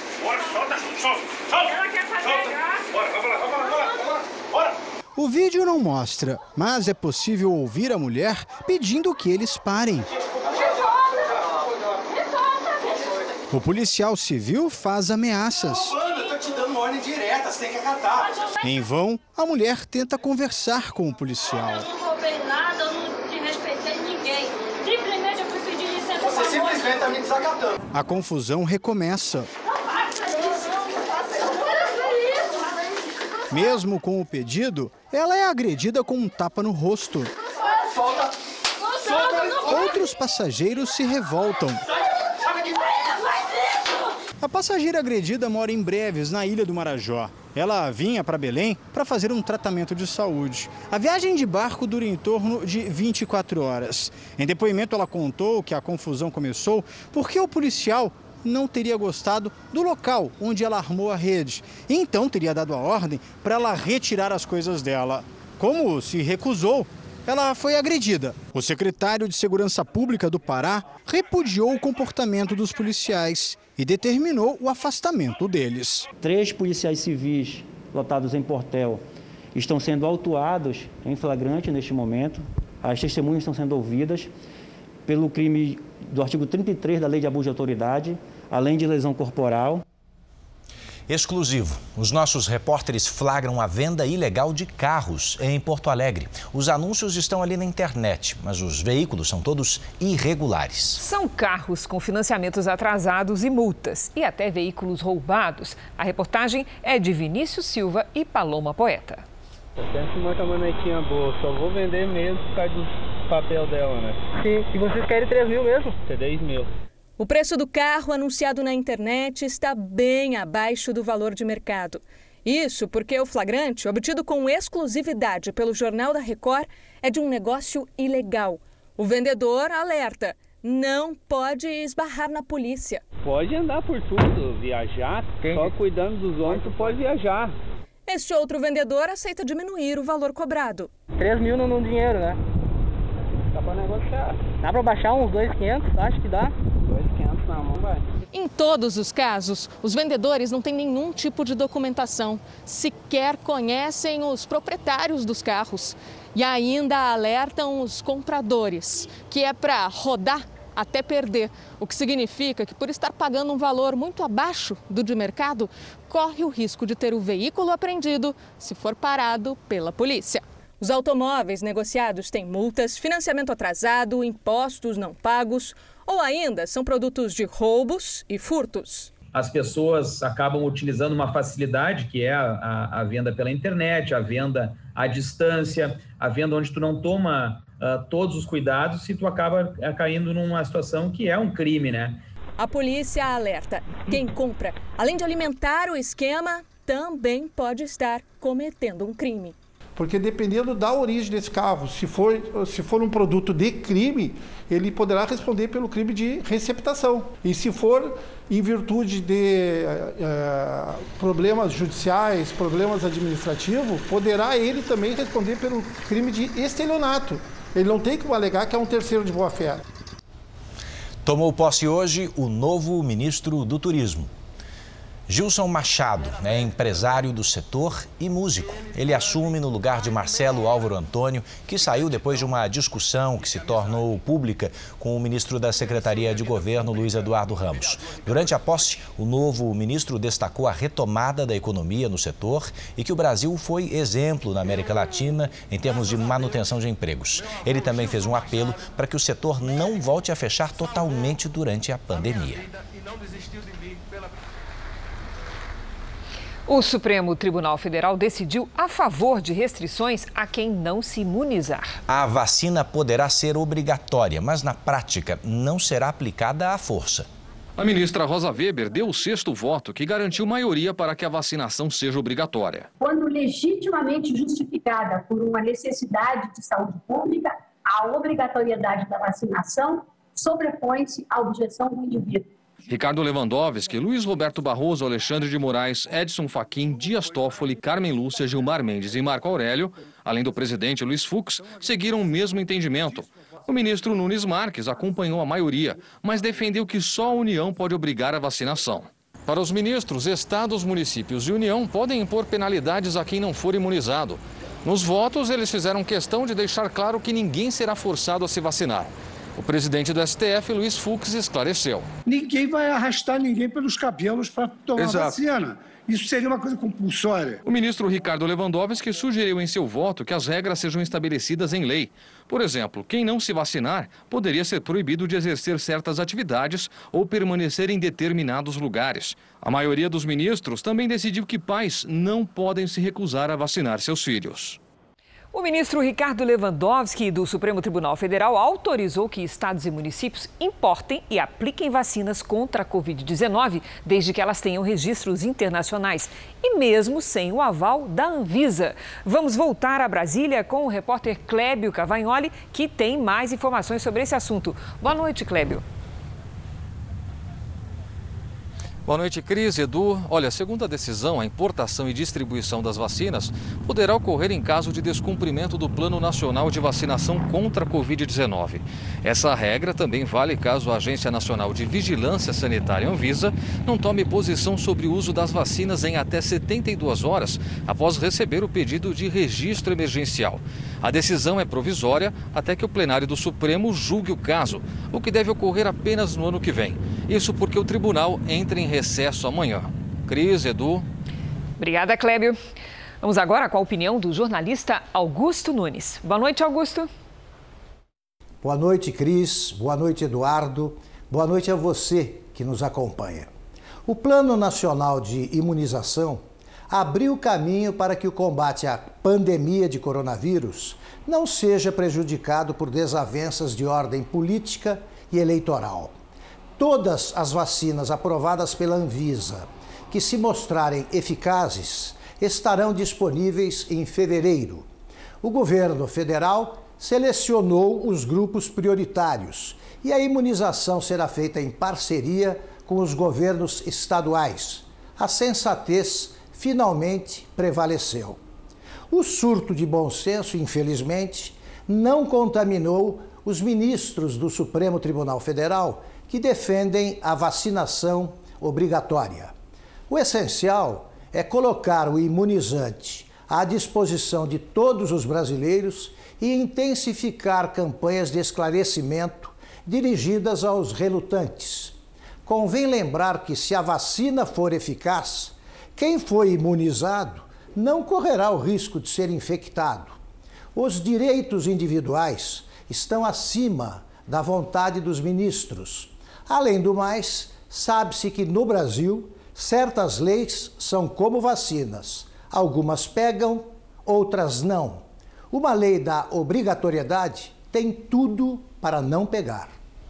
Speaker 15: O vídeo não mostra, mas é possível ouvir a mulher pedindo que eles parem. O policial civil faz ameaças.
Speaker 17: Eu tô te dando ordem direta, você tem que acatar.
Speaker 15: Em vão, a mulher tenta conversar com o policial.
Speaker 17: Eu não roubei nada, eu não desrespeitei ninguém. Simplesmente eu fui pedir licença. Você simplesmente tá me desacatando.
Speaker 15: A confusão recomeça. Mesmo com o pedido, ela é agredida com um tapa no rosto.
Speaker 17: Solta!
Speaker 15: Outros passageiros se revoltam. A passageira agredida mora em Breves, na Ilha do Marajó. Ela vinha para Belém para fazer um tratamento de saúde. A viagem de barco dura em torno de 24 horas. Em depoimento, ela contou que a confusão começou porque o policial não teria gostado do local onde ela armou a rede. E então teria dado a ordem para ela retirar as coisas dela. Como se recusou, ela foi agredida. O secretário de Segurança Pública do Pará repudiou o comportamento dos policiais e determinou o afastamento deles.
Speaker 18: 3 policiais civis lotados em Portel estão sendo autuados em flagrante neste momento. As testemunhas estão sendo ouvidas pelo crime do artigo 33 da Lei de Abuso de Autoridade, além de lesão corporal.
Speaker 3: Exclusivo. Os nossos repórteres flagram a venda ilegal de carros em Porto Alegre. Os anúncios estão ali na internet, mas os veículos são todos irregulares.
Speaker 2: São carros com financiamentos atrasados e multas, e até veículos roubados. A reportagem é de Vinícius Silva e Paloma Poeta.
Speaker 6: Eu penso muito a manequinha boa, só vou vender mesmo por causa do papel dela, né? Sim, e vocês querem 3 mil mesmo? 3 mil.
Speaker 8: O preço do carro anunciado na internet está bem abaixo do valor de mercado. Isso porque o flagrante, obtido com exclusividade pelo Jornal da Record, é de um negócio ilegal. O vendedor alerta, não pode esbarrar na polícia.
Speaker 6: Pode andar por tudo, viajar, só cuidando dos ônibus pode viajar.
Speaker 8: Este outro vendedor aceita diminuir o valor cobrado.
Speaker 6: 3 mil não dá dinheiro, né? Dá pra negociar. Dá pra baixar uns 2.500, acho que dá. 2.500 na mão, vai.
Speaker 8: Em todos os casos, os vendedores não têm nenhum tipo de documentação, sequer conhecem os proprietários dos carros e ainda alertam os compradores, que é para rodar até perder, o que significa que por estar pagando um valor muito abaixo do de mercado, corre o risco de ter o veículo apreendido se for parado pela polícia. Os automóveis negociados têm multas, financiamento atrasado, impostos não pagos ou ainda são produtos de roubos e furtos.
Speaker 16: As pessoas acabam utilizando uma facilidade que é a venda pela internet, a venda à distância, a venda onde tu não toma todos os cuidados e tu acaba caindo numa situação que é um crime, né?
Speaker 8: A polícia alerta, quem compra, além de alimentar o esquema, também pode estar cometendo um crime.
Speaker 19: Porque dependendo da origem desse carro, se for um produto de crime, ele poderá responder pelo crime de receptação. E se for em virtude de problemas judiciais, problemas administrativos, poderá ele também responder pelo crime de estelionato. Ele não tem como alegar que é um terceiro de boa-fé.
Speaker 3: Tomou posse hoje o novo ministro do Turismo. Gilson Machado é empresário do setor e músico. Ele assume no lugar de Marcelo Álvaro Antônio, que saiu depois de uma discussão que se tornou pública com o ministro da Secretaria de Governo, Luiz Eduardo Ramos. Durante a posse, o novo ministro destacou a retomada da economia no setor e que o Brasil foi exemplo na América Latina em termos de manutenção de empregos. Ele também fez um apelo para que o setor não volte a fechar totalmente durante a pandemia.
Speaker 2: O Supremo Tribunal Federal decidiu a favor de restrições a quem não se imunizar.
Speaker 3: A vacina poderá ser obrigatória, mas na prática não será aplicada à força.
Speaker 20: A ministra Rosa Weber deu o 6º voto que garantiu maioria para que a vacinação seja obrigatória.
Speaker 21: Quando legitimamente justificada por uma necessidade de saúde pública, a obrigatoriedade da vacinação sobrepõe-se à objeção do indivíduo.
Speaker 20: Ricardo Lewandowski, Luiz Roberto Barroso, Alexandre de Moraes, Edson Fachin, Dias Toffoli, Carmen Lúcia, Gilmar Mendes e Marco Aurélio, além do presidente Luiz Fux, seguiram o mesmo entendimento. O ministro Nunes Marques acompanhou a maioria, mas defendeu que só a União pode obrigar a vacinação. Para os ministros, estados, municípios e União podem impor penalidades a quem não for imunizado. Nos votos, eles fizeram questão de deixar claro que ninguém será forçado a se vacinar. O presidente do STF, Luiz Fux, esclareceu.
Speaker 22: Ninguém vai arrastar ninguém pelos cabelos para tomar vacina. Isso seria uma coisa compulsória.
Speaker 20: O ministro Ricardo Lewandowski sugeriu em seu voto que as regras sejam estabelecidas em lei. Por exemplo, quem não se vacinar poderia ser proibido de exercer certas atividades ou permanecer em determinados lugares. A maioria dos ministros também decidiu que pais não podem se recusar a vacinar seus filhos.
Speaker 2: O ministro Ricardo Lewandowski, do Supremo Tribunal Federal, autorizou que estados e municípios importem e apliquem vacinas contra a Covid-19, desde que elas tenham registros internacionais e mesmo sem o aval da Anvisa. Vamos voltar a Brasília com o repórter Clébio Cavagnoli, que tem mais informações sobre esse assunto. Boa noite, Clébio.
Speaker 20: Boa noite, Cris, Edu. Olha, segundo a decisão, a importação e distribuição das vacinas poderá ocorrer em caso de descumprimento do Plano Nacional de Vacinação contra a Covid-19. Essa regra também vale caso a Agência Nacional de Vigilância Sanitária, Anvisa, não tome posição sobre o uso das vacinas em até 72 horas após receber o pedido de registro emergencial. A decisão é provisória até que o plenário do Supremo julgue o caso, o que deve ocorrer apenas no ano que vem. Isso porque o tribunal entra em recesso amanhã. Cris, Edu.
Speaker 2: Obrigada, Clébio. Vamos agora com a opinião do jornalista Augusto Nunes. Boa noite, Augusto.
Speaker 1: Boa noite, Cris. Boa noite, Eduardo. Boa noite a você que nos acompanha. O Plano Nacional de Imunização abriu caminho para que o combate à pandemia de coronavírus não seja prejudicado por desavenças de ordem política e eleitoral. Todas as vacinas aprovadas pela Anvisa que se mostrarem eficazes estarão disponíveis em fevereiro. O governo federal selecionou os grupos prioritários e a imunização será feita em parceria com os governos estaduais. A sensatez finalmente prevaleceu. O surto de bom senso, infelizmente, não contaminou os ministros do Supremo Tribunal Federal que defendem a vacinação obrigatória. O essencial é colocar o imunizante à disposição de todos os brasileiros e intensificar campanhas de esclarecimento dirigidas aos relutantes. Convém lembrar que, se a vacina for eficaz, quem foi imunizado não correrá o risco de ser infectado. Os direitos individuais estão acima da vontade dos ministros. Além do mais, sabe-se que no Brasil, certas leis são como vacinas. Algumas pegam, outras não. Uma lei da obrigatoriedade tem tudo para não pegar.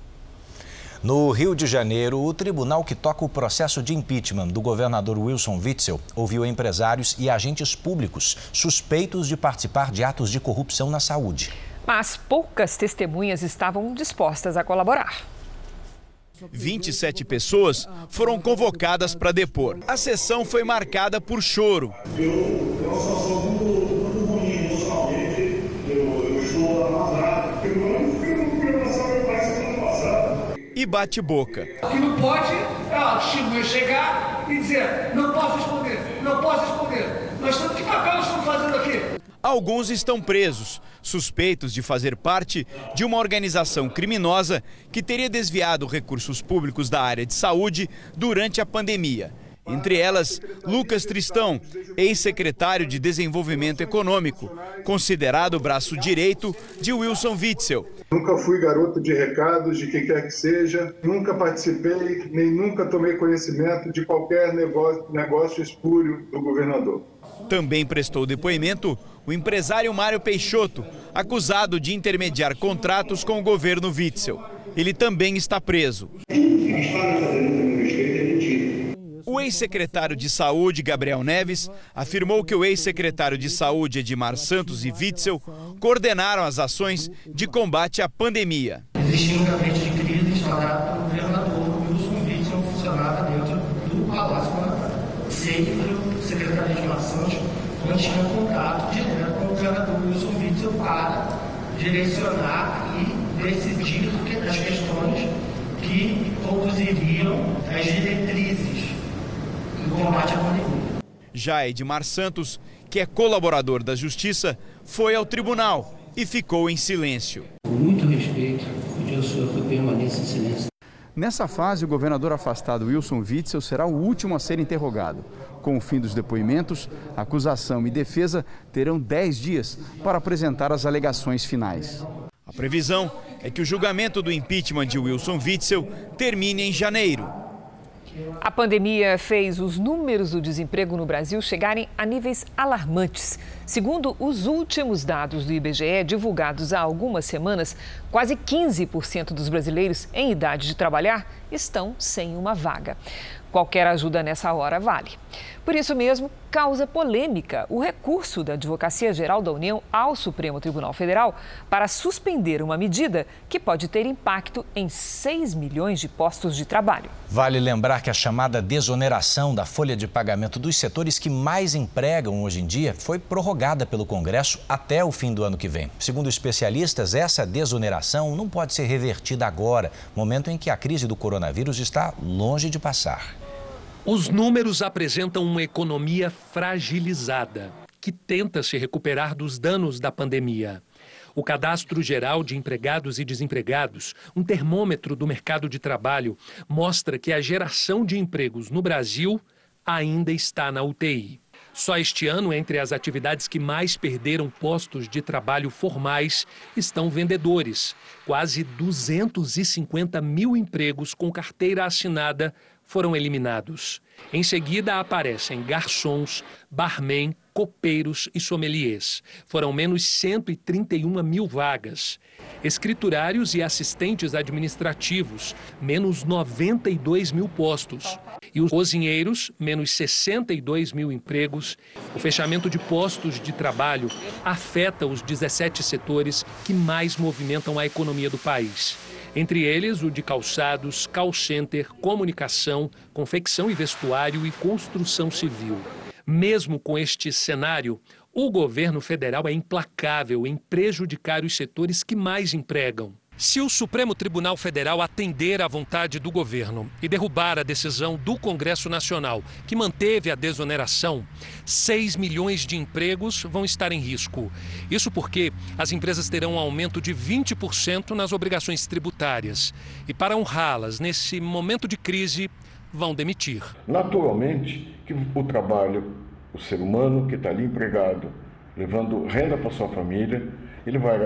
Speaker 3: No Rio de Janeiro, o tribunal que toca o processo de impeachment do governador Wilson Witzel ouviu empresários e agentes públicos suspeitos de participar de atos de corrupção na saúde.
Speaker 2: Mas poucas testemunhas estavam dispostas a colaborar.
Speaker 4: 27 pessoas foram convocadas para depor. A sessão foi marcada por choro.
Speaker 7: Eu sou muito bonito emocionalmente, eu estou arrasado, eu não quero passar meu pai semana passada.
Speaker 4: E bate-boca.
Speaker 22: O que não pode é a testemunha chegar e dizer, não posso responder, não posso responder. Que papel nós estamos fazendo aqui?
Speaker 4: Alguns estão presos, suspeitos de fazer parte de uma organização criminosa que teria desviado recursos públicos da área de saúde durante a pandemia. Entre elas, Lucas Tristão, ex-secretário de Desenvolvimento Econômico, considerado o braço direito de Wilson Witzel.
Speaker 7: Nunca fui garoto de recados de quem quer que seja, nunca participei, nem nunca tomei conhecimento de qualquer negócio espúrio do governador.
Speaker 4: Também prestou depoimento o empresário Mário Peixoto, acusado de intermediar contratos com o governo Witzel. Ele também está preso. O ex-secretário de Saúde, Gabriel Neves, afirmou que o ex-secretário de Saúde, Edmar Santos, e Witzel coordenaram as ações de combate à pandemia.
Speaker 9: Existia um gabinete de crise instalado pelo governador Wilson Witzel, funcionava dentro do Palácio Guanabara. Sempre o secretário Edmar Santos mantinha contato direto com o governador Wilson Witzel para direcionar e decidir as questões que conduziriam as diretrizes do combate à pandemia.
Speaker 4: Já Edmar Santos, que é colaborador da Justiça, foi ao tribunal e ficou em silêncio.
Speaker 9: Com muito respeito, pedi ao senhor que eu permaneça em silêncio.
Speaker 10: Nessa fase, o governador afastado Wilson Witzel será o último a ser interrogado. Com o fim dos depoimentos, acusação e defesa terão 10 dias para apresentar as alegações finais.
Speaker 4: A previsão é que o julgamento do impeachment de Wilson Witzel termine em janeiro.
Speaker 2: A pandemia fez os números do desemprego no Brasil chegarem a níveis alarmantes. Segundo os últimos dados do IBGE, divulgados há algumas semanas, quase 15% dos brasileiros em idade de trabalhar estão sem uma vaga. Qualquer ajuda nessa hora vale. Por isso mesmo, causa polêmica o recurso da Advocacia Geral da União ao Supremo Tribunal Federal para suspender uma medida que pode ter impacto em 6 milhões de postos de trabalho.
Speaker 3: Vale lembrar que a chamada desoneração da folha de pagamento dos setores que mais empregam hoje em dia foi prorrogada pelo Congresso até o fim do ano que vem. Segundo especialistas, essa desoneração não pode ser revertida agora, momento em que a crise do coronavírus está longe de passar.
Speaker 23: Os números apresentam uma economia fragilizada, que tenta se recuperar dos danos da pandemia. O Cadastro Geral de Empregados e Desempregados, um termômetro do mercado de trabalho, mostra que a geração de empregos no Brasil ainda está na UTI. Só este ano, entre as atividades que mais perderam postos de trabalho formais, estão vendedores. Quase 250 mil empregos com carteira assinada foram eliminados. Em seguida aparecem garçons, barman, copeiros e sommeliers. Foram menos 131 mil vagas. Escriturários e assistentes administrativos, menos 92 mil postos. E os cozinheiros, menos 62 mil empregos. O fechamento de postos de trabalho afeta os 17 setores que mais movimentam a economia do país. Entre eles, o de calçados, call center, comunicação, confecção e vestuário e construção civil. Mesmo com este cenário, o governo federal é implacável em prejudicar os setores que mais empregam. Se o Supremo Tribunal Federal atender à vontade do governo e derrubar a decisão do Congresso Nacional, que manteve a desoneração, 6 milhões de empregos vão estar em risco. Isso porque as empresas terão um aumento de 20% nas obrigações tributárias. E para honrá-las nesse momento de crise, vão demitir.
Speaker 5: Naturalmente que o trabalho, o ser humano que está ali empregado, levando renda para sua família, ele vai,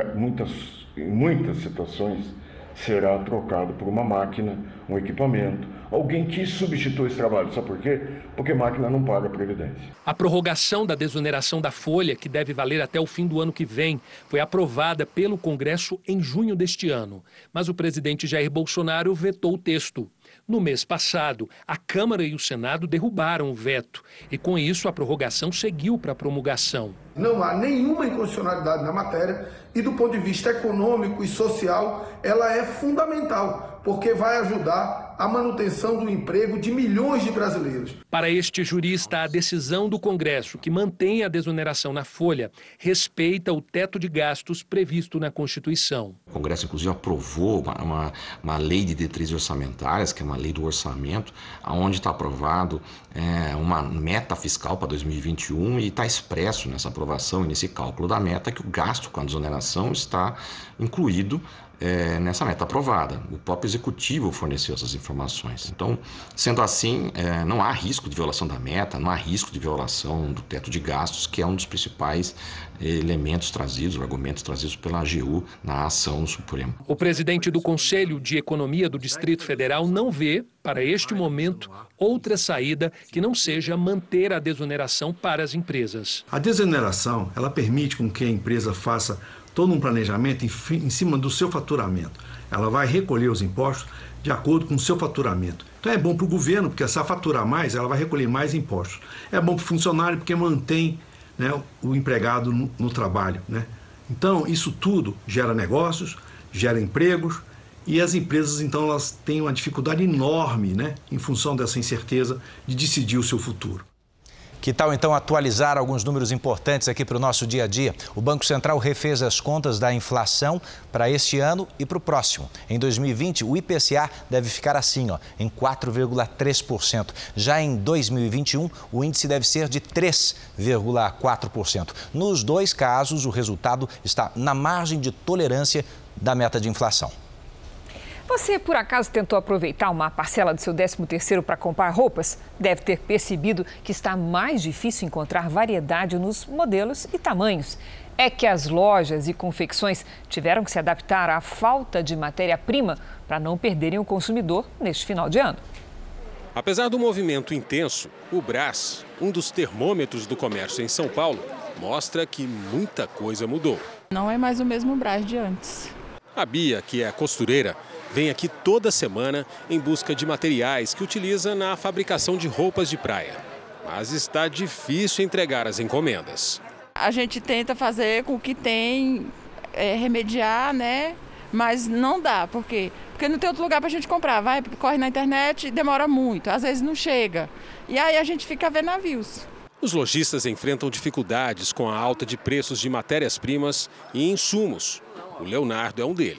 Speaker 5: em muitas situações, será trocado por uma máquina, um equipamento, alguém que substitui esse trabalho. Sabe por quê? Porque máquina não paga previdência.
Speaker 23: A prorrogação da desoneração da folha, que deve valer até o fim do ano que vem, foi aprovada pelo Congresso em junho deste ano. Mas o presidente Jair Bolsonaro vetou o texto. No mês passado, a Câmara e o Senado derrubaram o veto. E com isso, a prorrogação seguiu para a promulgação.
Speaker 22: Não há nenhuma inconstitucionalidade na matéria e, do ponto de vista econômico e social, ela é fundamental, porque vai ajudar a manutenção do emprego de milhões de brasileiros.
Speaker 23: Para este jurista, a decisão do Congresso, que mantém a desoneração na folha, respeita o teto de gastos previsto na Constituição.
Speaker 11: O Congresso, inclusive, aprovou uma lei de diretrizes orçamentárias, que é uma lei do orçamento, onde está aprovado uma meta fiscal para 2021 e está expresso nessa aprovação e nesse cálculo da meta que o gasto com a desoneração está incluído nessa meta aprovada. O próprio executivo forneceu essas informações. Então, sendo assim, não há risco de violação da meta, não há risco de violação do teto de gastos, que é um dos principais elementos trazidos, argumentos trazidos pela AGU na ação no Supremo.
Speaker 23: O presidente do Conselho de Economia do Distrito Federal não vê, para este momento, outra saída que não seja manter a desoneração para as empresas.
Speaker 13: A desoneração, ela permite com que a empresa faça todo um planejamento em cima do seu faturamento. Ela vai recolher os impostos de acordo com o seu faturamento. Então é bom para o governo, porque se ela faturar mais, ela vai recolher mais impostos. É bom para o funcionário, porque mantém, né, o empregado no trabalho, né? Então isso tudo gera negócios, gera empregos, e as empresas, então, elas têm uma dificuldade enorme, né, em função dessa incerteza de decidir o seu futuro.
Speaker 3: Que tal, então, atualizar alguns números importantes aqui para o nosso dia a dia? O Banco Central refez as contas da inflação para este ano e para o próximo. Em 2020, o IPCA deve ficar assim, em 4,3%. Já em 2021, o índice deve ser de 3,4%. Nos dois casos, o resultado está na margem de tolerância da meta de inflação.
Speaker 2: Você, por acaso, tentou aproveitar uma parcela do seu 13º para comprar roupas? Deve ter percebido que está mais difícil encontrar variedade nos modelos e tamanhos. É que as lojas e confecções tiveram que se adaptar à falta de matéria-prima para não perderem o consumidor neste final de ano.
Speaker 24: Apesar do movimento intenso, o Brás, um dos termômetros do comércio em São Paulo, mostra que muita coisa mudou.
Speaker 25: Não é mais o mesmo Brás de antes.
Speaker 24: A Bia, que é costureira, vem aqui toda semana em busca de materiais que utiliza na fabricação de roupas de praia. Mas está difícil entregar as encomendas.
Speaker 25: A gente tenta fazer com o que tem, remediar, né? Mas não dá, por quê? Porque não tem outro lugar para a gente comprar. Corre na internet, demora muito, às vezes não chega. E aí a gente fica vendo navios.
Speaker 24: Os lojistas enfrentam dificuldades com a alta de preços de matérias-primas e insumos. O Leonardo é um deles.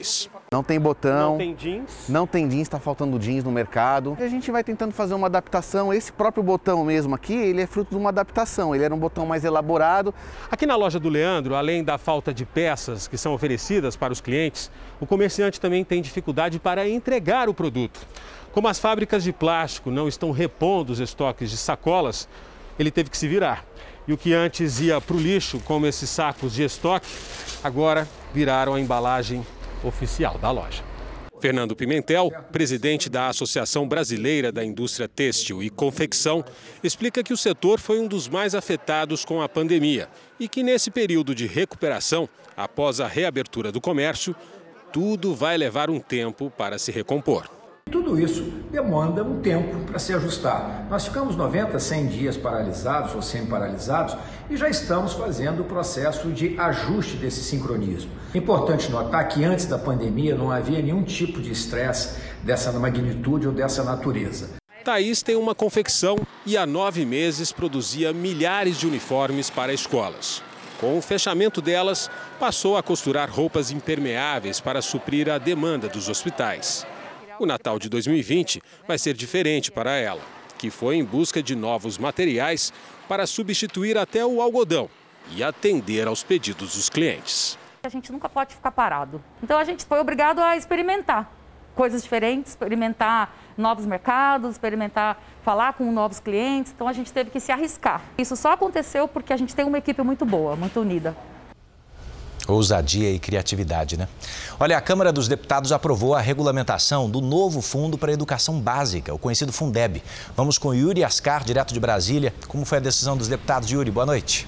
Speaker 12: Não tem botão,
Speaker 24: não tem jeans.
Speaker 12: Não tem jeans, está faltando jeans no mercado. A gente vai tentando fazer uma adaptação. Esse próprio botão mesmo aqui, ele é fruto de uma adaptação. Ele era um botão mais elaborado.
Speaker 24: Aqui na loja do Leandro, além da falta de peças que são oferecidas para os clientes, o comerciante também tem dificuldade para entregar o produto. Como as fábricas de plástico não estão repondo os estoques de sacolas, ele teve que se virar. E o que antes ia para o lixo, como esses sacos de estoque, agora viraram a embalagem oficial da loja. Fernando Pimentel, presidente da Associação Brasileira da Indústria Têxtil e Confecção, explica que o setor foi um dos mais afetados com a pandemia e que nesse período de recuperação, após a reabertura do comércio, tudo vai levar um tempo para se recompor.
Speaker 14: Tudo isso demanda um tempo para se ajustar. Nós ficamos 90, 100 dias paralisados ou semi-paralisados e já estamos fazendo o processo de ajuste desse sincronismo. Importante notar que antes da pandemia não havia nenhum tipo de estresse dessa magnitude ou dessa natureza.
Speaker 24: Thaís tem uma confecção e há 9 meses produzia milhares de uniformes para escolas. Com o fechamento delas, passou a costurar roupas impermeáveis para suprir a demanda dos hospitais. O Natal de 2020 vai ser diferente para ela, que foi em busca de novos materiais para substituir até o algodão e atender aos pedidos dos clientes.
Speaker 15: A gente nunca pode ficar parado. Então a gente foi obrigado a experimentar coisas diferentes, experimentar novos mercados, experimentar falar com novos clientes. Então a gente teve que se arriscar. Isso só aconteceu porque a gente tem uma equipe muito boa, muito unida.
Speaker 3: Ousadia e criatividade, né? Olha, a Câmara dos Deputados aprovou a regulamentação do novo Fundo para a Educação Básica, o conhecido Fundeb. Vamos com Yuri Ascar, direto de Brasília. Como foi a decisão dos deputados, Yuri? Boa noite.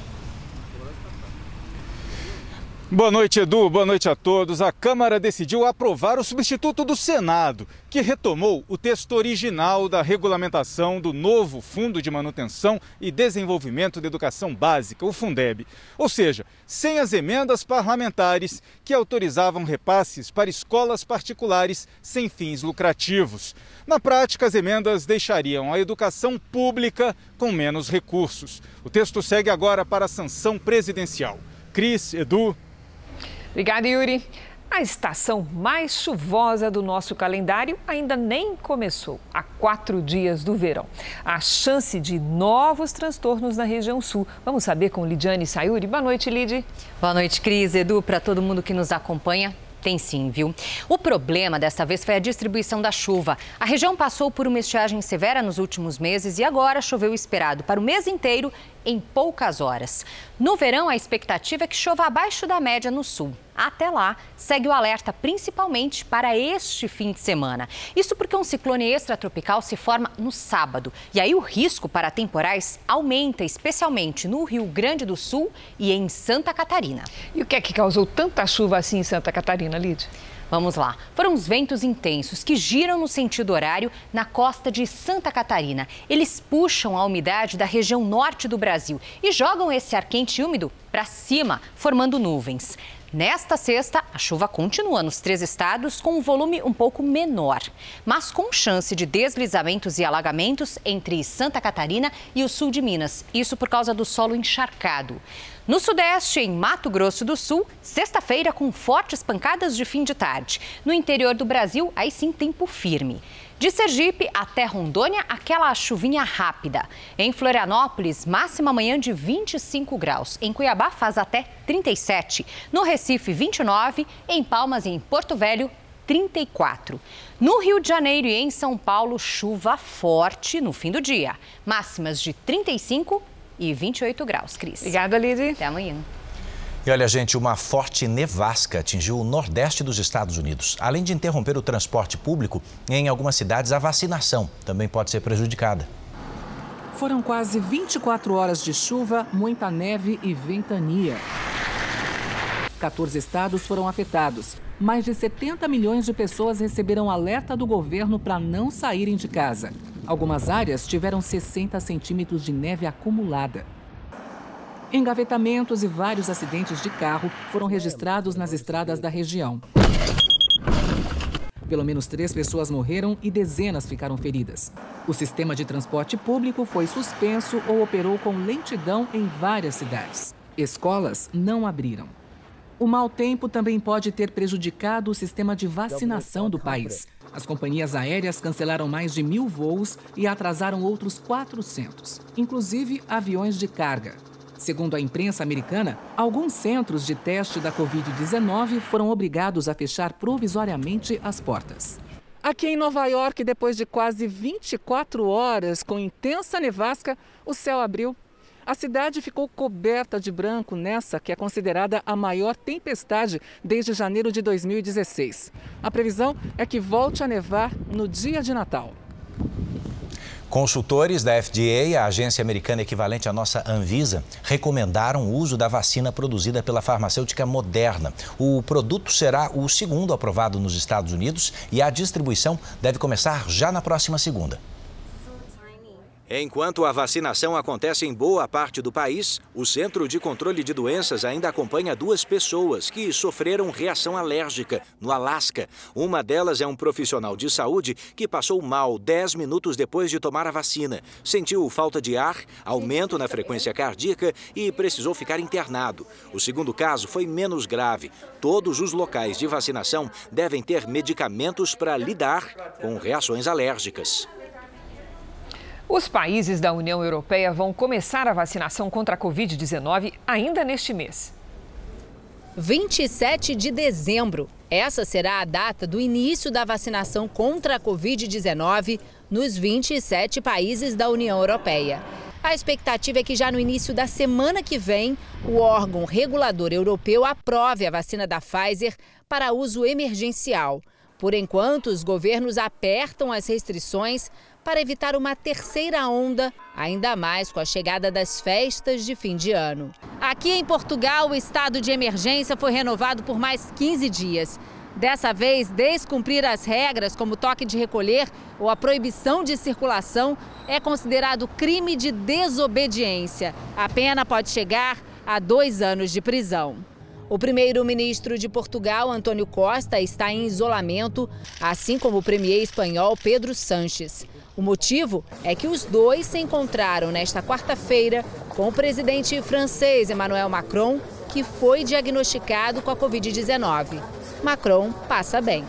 Speaker 17: Boa noite, Edu. Boa noite a todos. A Câmara decidiu aprovar o substituto do Senado, que retomou o texto original da regulamentação do novo Fundo de Manutenção e Desenvolvimento da Educação Básica, o Fundeb. Ou seja, sem as emendas parlamentares que autorizavam repasses para escolas particulares sem fins lucrativos. Na prática, as emendas deixariam a educação pública com menos recursos. O texto segue agora para a sanção presidencial. Cris, Edu.
Speaker 2: Obrigada, Yuri. A estação mais chuvosa do nosso calendário ainda nem começou, há 4 dias do verão. A chance de novos transtornos na região sul. Vamos saber com Lidiane Sayuri. Boa noite, Lid.
Speaker 18: Boa noite, Cris, Edu, para todo mundo que nos acompanha. Tem sim, viu? O problema desta vez foi a distribuição da chuva. A região passou por uma estiagem severa nos últimos meses e agora choveu o esperado para o mês inteiro em poucas horas. No verão, a expectativa é que chova abaixo da média no sul. Até lá, segue o alerta principalmente para este fim de semana. Isso porque um ciclone extratropical se forma no sábado. E aí o risco para temporais aumenta, especialmente no Rio Grande do Sul e em Santa Catarina.
Speaker 2: E o que é que causou tanta chuva assim em Santa Catarina, Lid?
Speaker 18: Vamos lá. Foram os ventos intensos que giram no sentido horário na costa de Santa Catarina. Eles puxam a umidade da região norte do Brasil e jogam esse ar quente e úmido para cima, formando nuvens. Nesta sexta, a chuva continua nos 3 estados com um volume um pouco menor, mas com chance de deslizamentos e alagamentos entre Santa Catarina e o sul de Minas. Isso por causa do solo encharcado. No sudeste, em Mato Grosso do Sul, sexta-feira com fortes pancadas de fim de tarde. No interior do Brasil, aí sim tempo firme. De Sergipe até Rondônia, aquela chuvinha rápida. Em Florianópolis, máxima amanhã de 25 graus. Em Cuiabá, faz até 37. No Recife, 29. Em Palmas e em Porto Velho, 34. No Rio de Janeiro e em São Paulo, chuva forte no fim do dia. Máximas de 35 e 28 graus, Cris.
Speaker 2: Obrigada, Lidy.
Speaker 18: Até amanhã.
Speaker 3: E olha, gente, uma forte nevasca atingiu o nordeste dos Estados Unidos. Além de interromper o transporte público, em algumas cidades a vacinação também pode ser prejudicada.
Speaker 26: Foram quase 24 horas de chuva, muita neve e ventania. 14 estados foram afetados. Mais de 70 milhões de pessoas receberam alerta do governo para não saírem de casa. Algumas áreas tiveram 60 centímetros de neve acumulada. Engavetamentos e vários acidentes de carro foram registrados nas estradas da região. Pelo menos 3 pessoas morreram e dezenas ficaram feridas. O sistema de transporte público foi suspenso ou operou com lentidão em várias cidades. Escolas não abriram. O mau tempo também pode ter prejudicado o sistema de vacinação do país. As companhias aéreas cancelaram mais de 1.000 voos e atrasaram outros 400, inclusive aviões de carga. Segundo a imprensa americana, alguns centros de teste da Covid-19 foram obrigados a fechar provisoriamente as portas. Aqui em Nova York, depois de quase 24 horas com intensa nevasca, o céu abriu. A cidade ficou coberta de branco nessa que é considerada a maior tempestade desde janeiro de 2016. A previsão é que volte a nevar no dia de Natal.
Speaker 3: Consultores da FDA, a agência americana equivalente à nossa Anvisa, recomendaram o uso da vacina produzida pela farmacêutica Moderna. O produto será o segundo aprovado nos Estados Unidos e a distribuição deve começar já na próxima segunda. Enquanto a vacinação acontece em boa parte do país, o Centro de Controle de Doenças ainda acompanha 2 pessoas que sofreram reação alérgica no Alasca. Uma delas é um profissional de saúde que passou mal 10 minutos depois de tomar a vacina. Sentiu falta de ar, aumento na frequência cardíaca e precisou ficar internado. O segundo caso foi menos grave. Todos os locais de vacinação devem ter medicamentos para lidar com reações alérgicas.
Speaker 2: Os países da União Europeia vão começar a vacinação contra a Covid-19 ainda neste mês.
Speaker 6: 27 de dezembro. Essa será a data do início da vacinação contra a Covid-19 nos 27 países da União Europeia. A expectativa é que já no início da semana que vem, o órgão regulador europeu aprove a vacina da Pfizer para uso emergencial. Por enquanto, os governos apertam as restrições para evitar uma terceira onda, ainda mais com a chegada das festas de fim de ano. Aqui em Portugal, o estado de emergência foi renovado por mais 15 dias. Dessa vez, descumprir as regras, como toque de recolher ou a proibição de circulação, é considerado crime de desobediência. A pena pode chegar a 2 anos de prisão. O primeiro-ministro de Portugal, António Costa, está em isolamento, assim como o premier espanhol Pedro Sánchez. O motivo é que os dois se encontraram nesta quarta-feira com o presidente francês Emmanuel Macron, que foi diagnosticado com a Covid-19. Macron passa bem.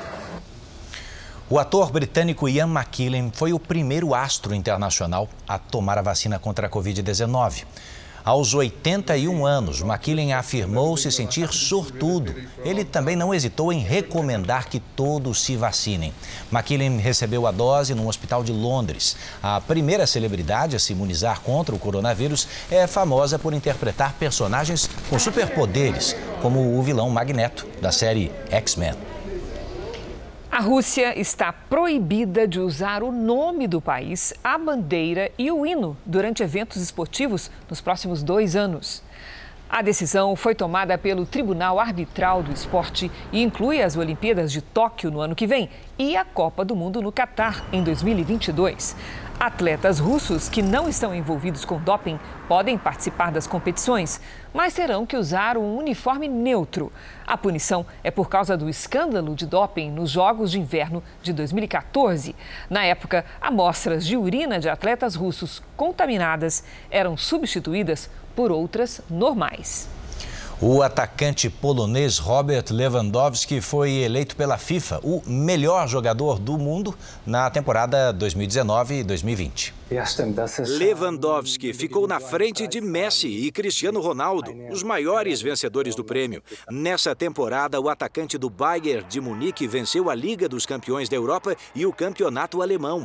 Speaker 3: O ator britânico Ian McKellen foi o primeiro astro internacional a tomar a vacina contra a Covid-19. Aos 81 anos, McKellen afirmou se sentir sortudo. Ele também não hesitou em recomendar que todos se vacinem. McKellen recebeu a dose num hospital de Londres. A primeira celebridade a se imunizar contra o coronavírus é famosa por interpretar personagens com superpoderes, como o vilão Magneto, da série X-Men.
Speaker 2: A Rússia está proibida de usar o nome do país, a bandeira e o hino durante eventos esportivos nos próximos 2 anos. A decisão foi tomada pelo Tribunal Arbitral do Esporte e inclui as Olimpíadas de Tóquio no ano que vem e a Copa do Mundo no Catar em 2022. Atletas russos que não estão envolvidos com doping podem participar das competições, mas terão que usar um uniforme neutro. A punição é por causa do escândalo de doping nos Jogos de Inverno de 2014. Na época, amostras de urina de atletas russos contaminadas eram substituídas por outras normais.
Speaker 3: O atacante polonês Robert Lewandowski foi eleito pela FIFA o melhor jogador do mundo na temporada 2019 e 2020.
Speaker 8: Lewandowski ficou na frente de Messi e Cristiano Ronaldo, os maiores vencedores do prêmio. Nessa temporada, o atacante do Bayern de Munique venceu a Liga dos Campeões da Europa e o Campeonato Alemão.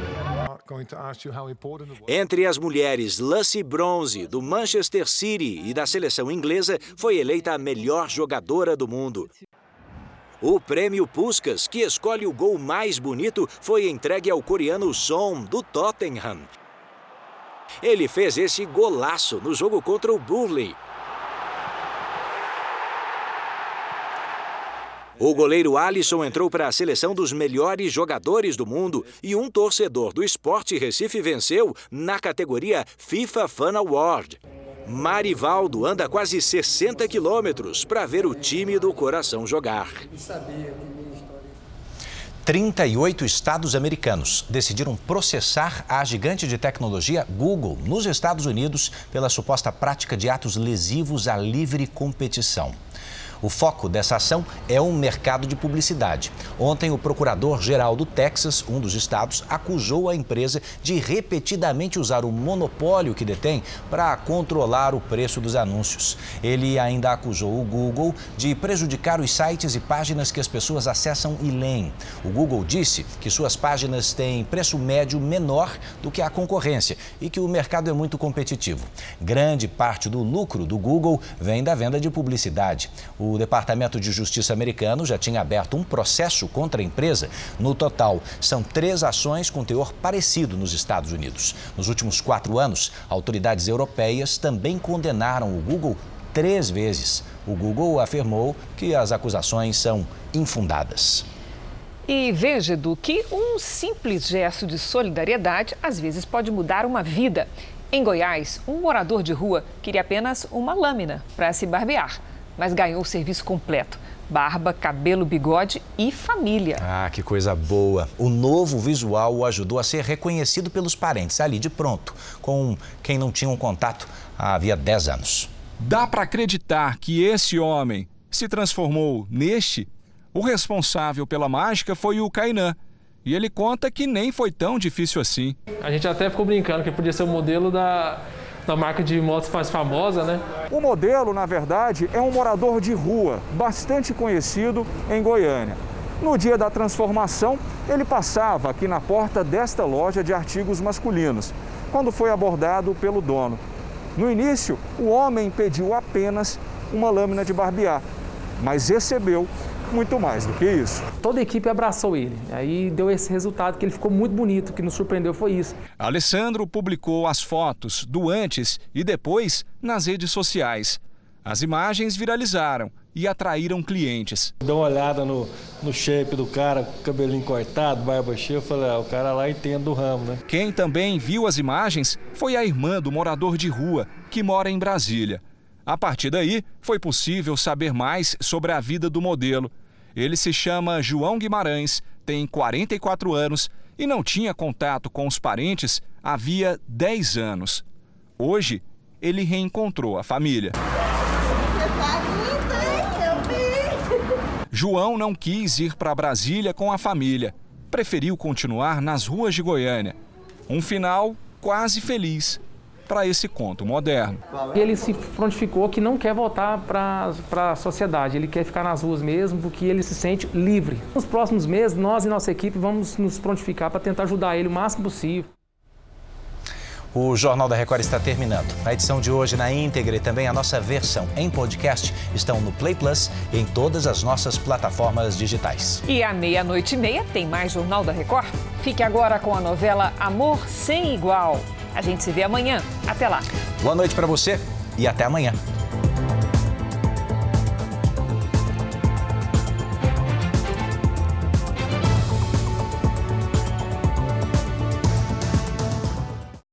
Speaker 8: Entre as mulheres, Lucy Bronze, do Manchester City e da seleção inglesa, foi eleita a melhor jogadora do mundo. O prêmio Puskás, que escolhe o gol mais bonito, foi entregue ao coreano Son, do Tottenham. Ele fez esse golaço no jogo contra o Burnley. O goleiro Alisson entrou para a seleção dos melhores jogadores do mundo e um torcedor do Sport Recife venceu na categoria FIFA Fan Award. Marivaldo anda quase 60 quilômetros para ver o time do coração jogar.
Speaker 3: 38 estados americanos decidiram processar a gigante de tecnologia Google nos Estados Unidos pela suposta prática de atos lesivos à livre competição. O foco dessa ação é o mercado de publicidade. Ontem, o procurador-geral do Texas, um dos estados, acusou a empresa de repetidamente usar o monopólio que detém para controlar o preço dos anúncios. Ele ainda acusou o Google de prejudicar os sites e páginas que as pessoas acessam e leem. O Google disse que suas páginas têm preço médio menor do que a concorrência e que o mercado é muito competitivo. Grande parte do lucro do Google vem da venda de publicidade. O Departamento de Justiça americano já tinha aberto um processo contra a empresa. No total, são 3 ações com teor parecido nos Estados Unidos. Nos últimos 4 anos, autoridades europeias também condenaram o Google 3 vezes. O Google afirmou que as acusações são infundadas.
Speaker 2: E veja, Edu, que um simples gesto de solidariedade às vezes pode mudar uma vida. Em Goiás, um morador de rua queria apenas uma lâmina para se barbear, mas ganhou o serviço completo. Barba, cabelo, bigode e família.
Speaker 3: Ah, que coisa boa. O novo visual o ajudou a ser reconhecido pelos parentes ali de pronto, com quem não tinha um contato havia 10 anos.
Speaker 1: Dá para acreditar que esse homem se transformou neste? O responsável pela mágica foi o Kainan. E ele conta que nem foi tão difícil assim.
Speaker 7: A gente até ficou brincando que podia ser o modelo da marca de motos mais famosa, né?
Speaker 16: O modelo, na verdade, é um morador de rua, bastante conhecido em Goiânia. No dia da transformação, ele passava aqui na porta desta loja de artigos masculinos, quando foi abordado pelo dono. No início, o homem pediu apenas uma lâmina de barbear, mas recebeu muito mais do que isso.
Speaker 7: Toda a equipe abraçou ele, aí deu esse resultado que ele ficou muito bonito, o que nos surpreendeu foi isso.
Speaker 1: Alessandro publicou as fotos do antes e depois nas redes sociais. As imagens viralizaram e atraíram clientes.
Speaker 7: Deu uma olhada no shape do cara, cabelinho cortado, barba cheia, eu falei, o cara lá entende do ramo, né?
Speaker 1: Quem também viu as imagens foi a irmã do morador de rua, que mora em Brasília. A partir daí, foi possível saber mais sobre a vida do modelo. Ele se chama João Guimarães, tem 44 anos e não tinha contato com os parentes havia 10 anos. Hoje, ele reencontrou a família. João não quis ir para Brasília com a família. Preferiu continuar nas ruas de Goiânia. Um final quase feliz para esse conto moderno.
Speaker 7: Ele se prontificou que não quer voltar para a sociedade, ele quer ficar nas ruas mesmo, porque ele se sente livre. Nos próximos meses, nós e nossa equipe vamos nos prontificar para tentar ajudar ele o máximo possível.
Speaker 3: O Jornal da Record está terminando. A edição de hoje na íntegra e também a nossa versão em podcast estão no Play Plus e em todas as nossas plataformas digitais.
Speaker 2: E à 00:30 tem mais Jornal da Record? Fique agora com a novela Amor Sem Igual. A gente se vê amanhã. Até lá.
Speaker 3: Boa noite para você e até amanhã.